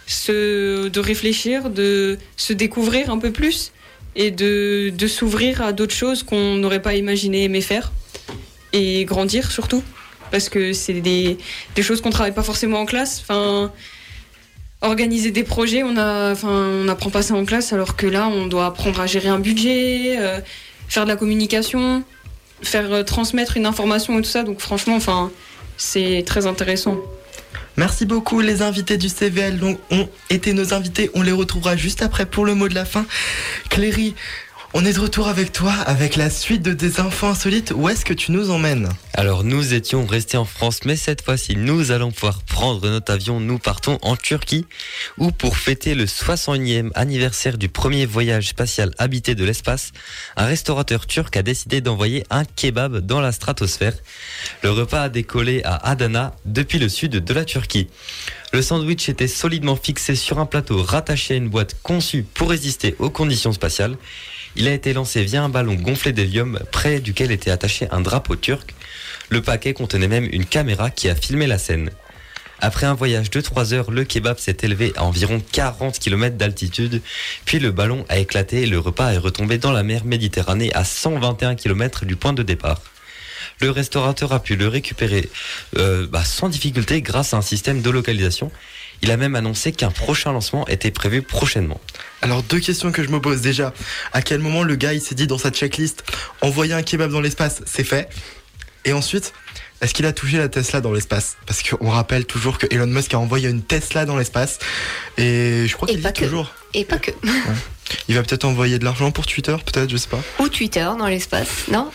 Se, de réfléchir, de se découvrir un peu plus et de, de s'ouvrir à d'autres choses qu'on n'aurait pas imaginé aimer faire et grandir surtout, parce que c'est des, des choses qu'on ne travaille pas forcément en classe. Enfin, organiser des projets, on a, enfin, on n'apprend pas ça en classe, alors que là on doit apprendre à gérer un budget, euh, faire de la communication, faire euh, transmettre une information et tout ça, donc franchement enfin, c'est très intéressant.
Merci beaucoup les invités du C V L, donc ont été nos invités, on les retrouvera juste après pour le mot de la fin. Cléry, on est de retour avec toi avec la suite de Des Infos Insolites, où est-ce que tu nous emmènes?
Alors nous étions restés en France, mais cette fois-ci nous allons pouvoir prendre notre avion, nous partons en Turquie, où pour fêter le soixante et unième anniversaire du premier voyage spatial habité de l'espace, un restaurateur turc a décidé d'envoyer un kebab dans la stratosphère. Le repas a décollé à Adana depuis le sud de la Turquie. Le sandwich était solidement fixé sur un plateau rattaché à une boîte conçue pour résister aux conditions spatiales. Il a été lancé via un ballon gonflé d'hélium près duquel était attaché un drapeau turc. Le paquet contenait même une caméra qui a filmé la scène. Après un voyage de trois heures, le kebab s'est élevé à environ quarante kilomètres d'altitude, puis le ballon a éclaté et le repas est retombé dans la mer Méditerranée à cent vingt et un kilomètres du point de départ. Le restaurateur a pu le récupérer euh, bah, sans difficulté grâce à un système de localisation. Il a même annoncé qu'un prochain lancement était prévu prochainement.
Alors deux questions que je me pose déjà. À quel moment le gars il s'est dit dans sa checklist envoyer un kebab dans l'espace, c'est fait? Et ensuite, est-ce qu'il a touché la Tesla dans l'espace? Parce qu'on rappelle toujours que Elon Musk a envoyé une Tesla dans l'espace. Et je crois qu'il y est toujours.
Et pas que.
Ouais. Il va peut-être envoyer de l'argent pour Twitter, peut-être, je sais pas.
Ou Twitter dans l'espace, non?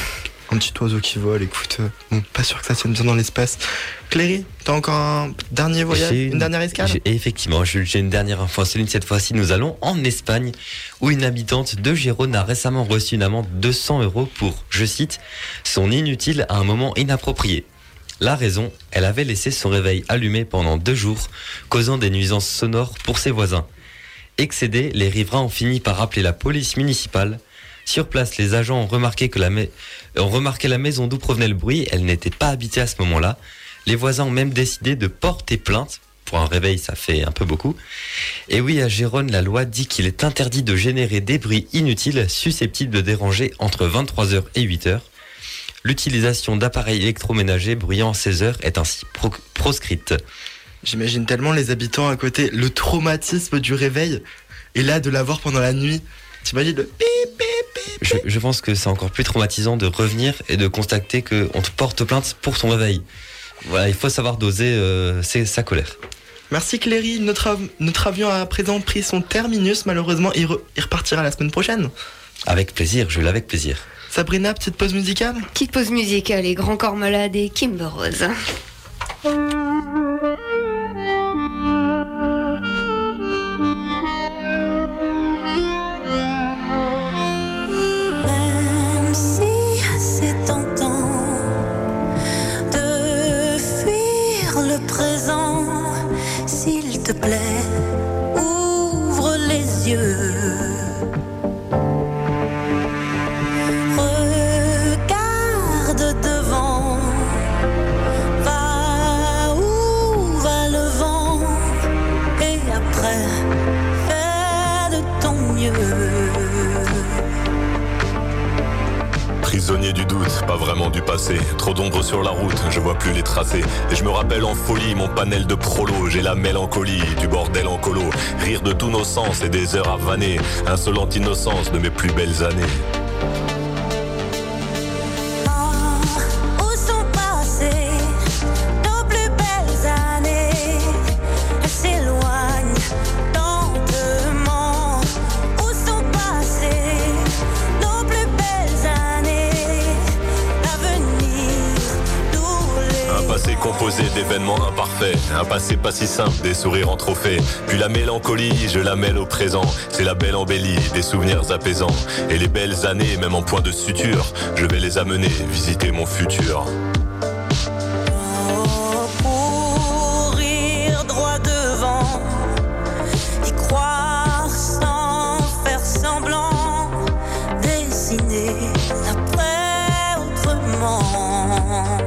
Un petit oiseau qui vole, écoute. euh, Bon, pas sûr que ça tienne bien dans l'espace. Cléry, t'as encore un dernier voyage,
J'ai
une dernière escale?
j'ai- Effectivement, Jules, j'ai une dernière info insolite. Cette fois-ci, nous allons en Espagne, où une habitante de Gérone a récemment reçu une amende de cent euros pour, je cite, son inutile à un moment inapproprié. La raison, elle avait laissé son réveil allumé pendant deux jours, causant des nuisances sonores pour ses voisins. Excédés, les riverains ont fini par appeler la police municipale. Sur place, les agents ont remarqué, que la, ma- ont remarqué la maison d'où provenait le bruit. Elle n'était pas habitée à ce moment-là. Les voisins ont même décidé de porter plainte. Pour un réveil, ça fait un peu beaucoup. Et oui, à Gérone, la loi dit qu'il est interdit de générer des bruits inutiles susceptibles de déranger entre vingt-trois heures et huit heures. L'utilisation d'appareils électroménagers bruyants à seize heures est ainsi pro- proscrite.
J'imagine tellement les habitants à côté, le traumatisme du réveil, et là de l'avoir pendant la nuit. T'imagines le pip, pip, pip.
Je, je pense que c'est encore plus traumatisant de revenir et de constater qu'on te porte plainte pour ton réveil. Voilà, il faut savoir doser euh, ses- sa colère.
Merci Cléry, notre, av- notre avion a à présent pris son terminus, malheureusement il, re- il repartira la semaine prochaine.
Avec plaisir, je l'avais avec plaisir.
Sabrina, petite pause musicale?
Petite pause musicale et Grand Corps Malade et Kimber Rose.
Même si c'est tentant de fuir le présent, s'il te plaît, ouvre les yeux. Regarde devant, va où va le vent, et après, fais de ton mieux.
Prisonnier du doute, pas vraiment du passé. Trop d'ombre sur la route, je vois plus les tracés. Et je me rappelle en folie mon panel de prolo. J'ai la mélancolie du bordel en colo. Rire de tous nos sens et des heures à vanner. Insolente innocence de mes plus belles années.
Où sont passées nos plus belles années? Elles s'éloignent lentement. Où sont passées nos plus belles années? L'avenir nous les...
Un passé composé d'événements imparfaits. Un passé pas si simple, des sourires en trophée. Puis la mélancolie, je la mêle au présent. C'est la belle embellie, des souvenirs apaisants. Et les belles années, même en point de suture, je vais les amener visiter mon futur.
Courir droit devant, y croire sans faire semblant, dessiner l'après autrement.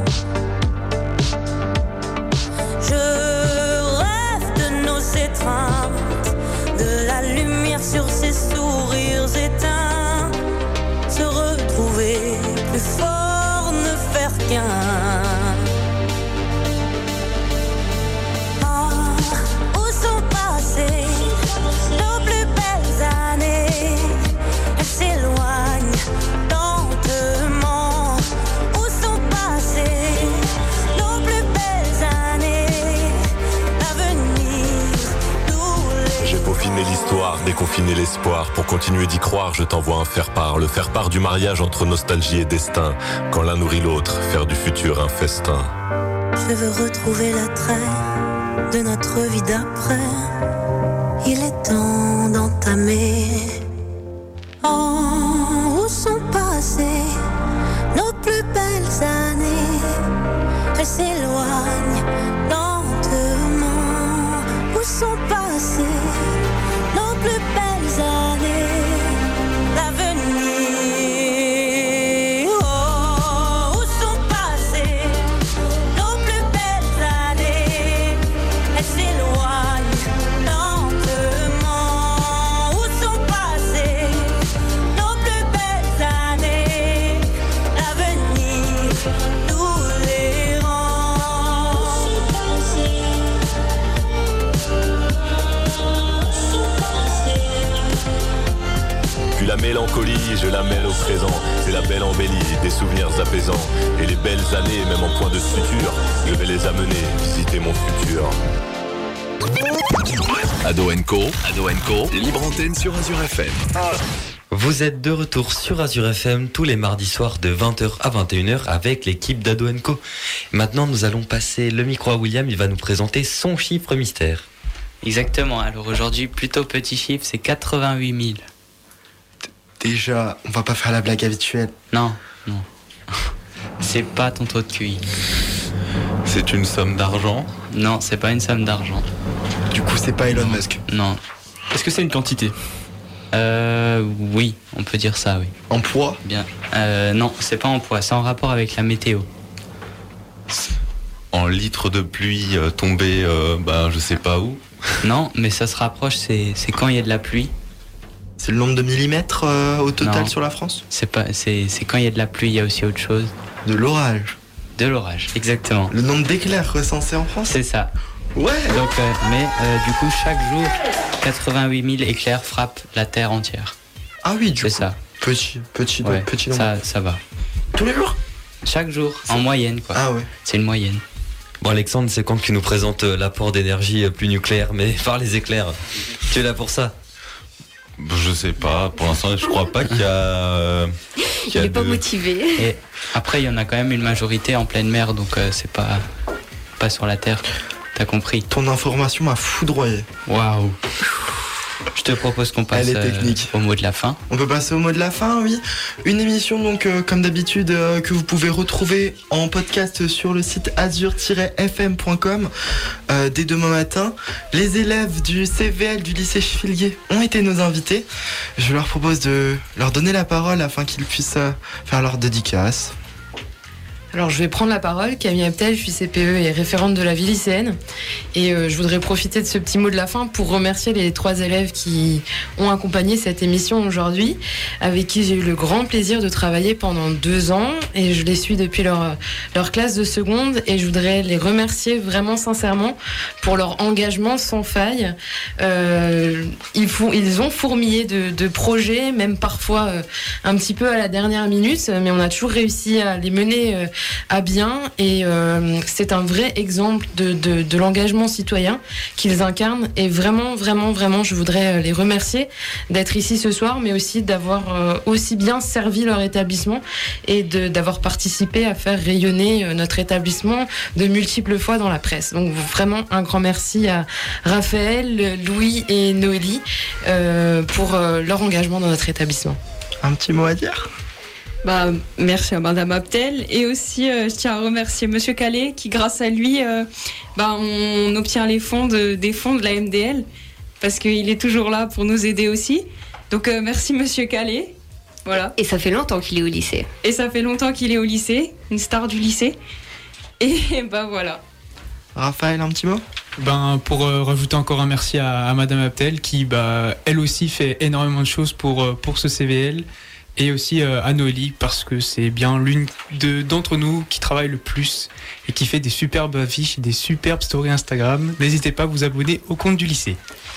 Je rêve de nos étreintes, de la lumière sur ces sourires éteints, se retrouver plus fort, ne faire qu'un. Ah, où sont passées nos plus belles années? Elles s'éloignent lentement. Où sont passées nos plus belles années? L'avenir nous les...
J'ai peaufiné l'histoire, déconfiné l'espoir. Pour continuer d'y croire, je t'envoie un faire-part. Le faire-part du mariage entre nostalgie et destin. Quand l'un nourrit l'autre, faire du futur un festin.
Je veux retrouver l'attrait de notre vie d'après. Il est temps d'entamer. Oh, où sont passées nos plus belles années? Elles s'éloignent lentement.
mélancolie, je la mêle au présent. C'est la belle embellie, des souvenirs apaisants. Et les belles années, même en point de suture, je vais les amener visiter mon futur.
Ado and Co, Ado and Co, libre antenne sur Azure F M.
Vous êtes de retour sur Azure F M tous les mardis soirs de vingt heures à vingt et une heures avec l'équipe d'Ado and Co. Maintenant, nous allons passer le micro à William, il va nous présenter son chiffre mystère.
Exactement, alors aujourd'hui, plutôt petit chiffre, c'est quatre-vingt-huit mille.
Déjà, on va pas faire la blague habituelle.
Non, non. C'est pas ton taux de Q I.
C'est une somme d'argent?
Non, c'est pas une somme d'argent.
Du coup, c'est pas Elon Musk.
Non.
Est-ce que c'est une quantité?
Euh, oui, on peut dire ça, oui.
En poids?
Bien. Euh, non, c'est pas en poids, c'est en rapport avec la météo.
En litres de pluie euh, tombée, euh, bah, je sais pas où.
Non, mais ça se rapproche, c'est, c'est quand il y a de la pluie.
C'est le nombre de millimètres euh, au total
Non.
sur la France?
C'est pas, c'est, c'est quand il y a de la pluie, il y a aussi autre chose.
De l'orage.
De l'orage, exactement.
Le nombre d'éclairs recensés en France?
C'est ça.
Ouais.
Donc, euh, mais euh, du coup, chaque jour, quatre-vingt-huit mille éclairs frappent la Terre entière.
Ah oui, du
c'est
coup.
ça.
Petit, petit,
Ouais,
petit nombre.
ça, ça va.
Tous les jours?
Chaque jour, en moyenne, quoi.
Ah ouais.
C'est une moyenne.
Bon Alexandre, c'est quand que tu nous présentes euh, l'apport d'énergie euh, plus nucléaire, mais par les éclairs. Tu es là pour ça?
Je sais pas, pour l'instant je crois pas qu'il y a... euh, qu'il y
Il
a
est pas
de-
motivé.
Et après, il y en a quand même une majorité en pleine mer, donc euh, c'est pas, pas sur la Terre. T'as compris?
Ton information m'a foudroyé.
Waouh! Je te propose qu'on passe
Elle est
euh,
technique.
au mot de la fin.
On peut passer au mot de la fin, oui. Une émission, donc, euh, comme d'habitude, euh, que vous pouvez retrouver en podcast sur le site azure tiret f m point com euh, dès demain matin. Les élèves du C V L du lycée Chevillé ont été nos invités. Je leur propose de leur donner la parole afin qu'ils puissent euh, faire leur dédicace.
Alors je vais prendre la parole. Camille Abtel, je suis C P E et référente de la vie lycéenne. Et euh, je voudrais profiter de ce petit mot de la fin pour remercier les trois élèves qui ont accompagné cette émission aujourd'hui, avec qui j'ai eu le grand plaisir de travailler pendant deux ans. Et je les suis depuis leur, leur classe de seconde. Et je voudrais les remercier vraiment sincèrement pour leur engagement sans faille. Euh, ils, font, ils ont fourmillé de, de projets, même parfois euh, un petit peu à la dernière minute. Mais on a toujours réussi à les mener... Euh, à bien et euh, c'est un vrai exemple de, de, de l'engagement citoyen qu'ils incarnent et vraiment vraiment vraiment je voudrais les remercier d'être ici ce soir mais aussi d'avoir euh, aussi bien servi leur établissement et de, d'avoir participé à faire rayonner euh, notre établissement de multiples fois dans la presse. Donc vraiment un grand merci à Raphaël, Louis et Noélie euh, pour euh, leur engagement dans notre établissement.
Un petit mot à dire ?
Bah, merci à Madame Abtel et aussi euh, je tiens à remercier Monsieur Calais qui grâce à lui euh, bah, on obtient les fonds de, des fonds de la M D L parce qu'il est toujours là pour nous aider aussi. Donc euh, merci Monsieur Calais. Voilà.
Et ça fait longtemps qu'il est au lycée.
Et ça fait longtemps qu'il est au lycée, une star du lycée. Et bah voilà.
Raphaël, un petit mot ?
Ben, pour euh, rajouter encore un merci à, à Madame Abtel qui, bah, elle aussi fait énormément de choses pour, euh, pour ce C V L. Et aussi euh, à Noélie parce que c'est bien l'une de, d'entre nous qui travaille le plus et qui fait des superbes affiches et des superbes stories Instagram. N'hésitez pas à vous abonner au compte du lycée.
Louis ?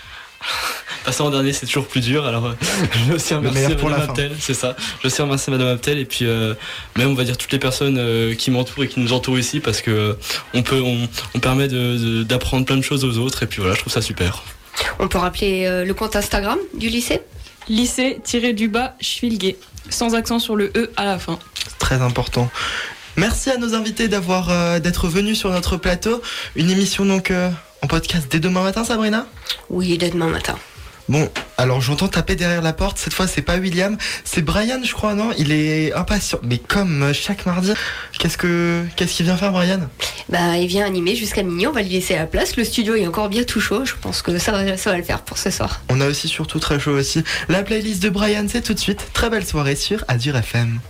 Passer en dernier, c'est toujours plus dur. Alors, euh, je veux aussi remercier Madame Abtel, c'est ça. Je veux aussi remercier Madame Abtel et puis euh, même on va dire toutes les personnes euh, qui m'entourent et qui nous entourent ici parce que euh, on peut, on, on permet de, de, d'apprendre plein de choses aux autres et puis voilà, je trouve ça super.
On peut rappeler euh, le compte Instagram du lycée ?
Lycée-du-bas Schwilgé, sans accent sur le E à la fin.
C'est très important. Merci à nos invités d'avoir euh, d'être venus sur notre plateau. Une émission donc euh, en podcast dès demain matin, Sabrina ?
Oui, dès demain matin.
Bon, alors j'entends taper derrière la porte. Cette fois, c'est pas William, c'est Brian, je crois, non ? Il est impatient. Mais comme chaque mardi, qu'est-ce que qu'est-ce qu'il vient faire, Brian ?
Bah, il vient animer jusqu'à minuit. On va lui laisser la place. Le studio est encore bien tout chaud. Je pense que ça va, ça va le faire pour ce soir.
On a aussi surtout très chaud aussi. La playlist de Brian, c'est tout de suite. Très belle soirée sur Azure F M.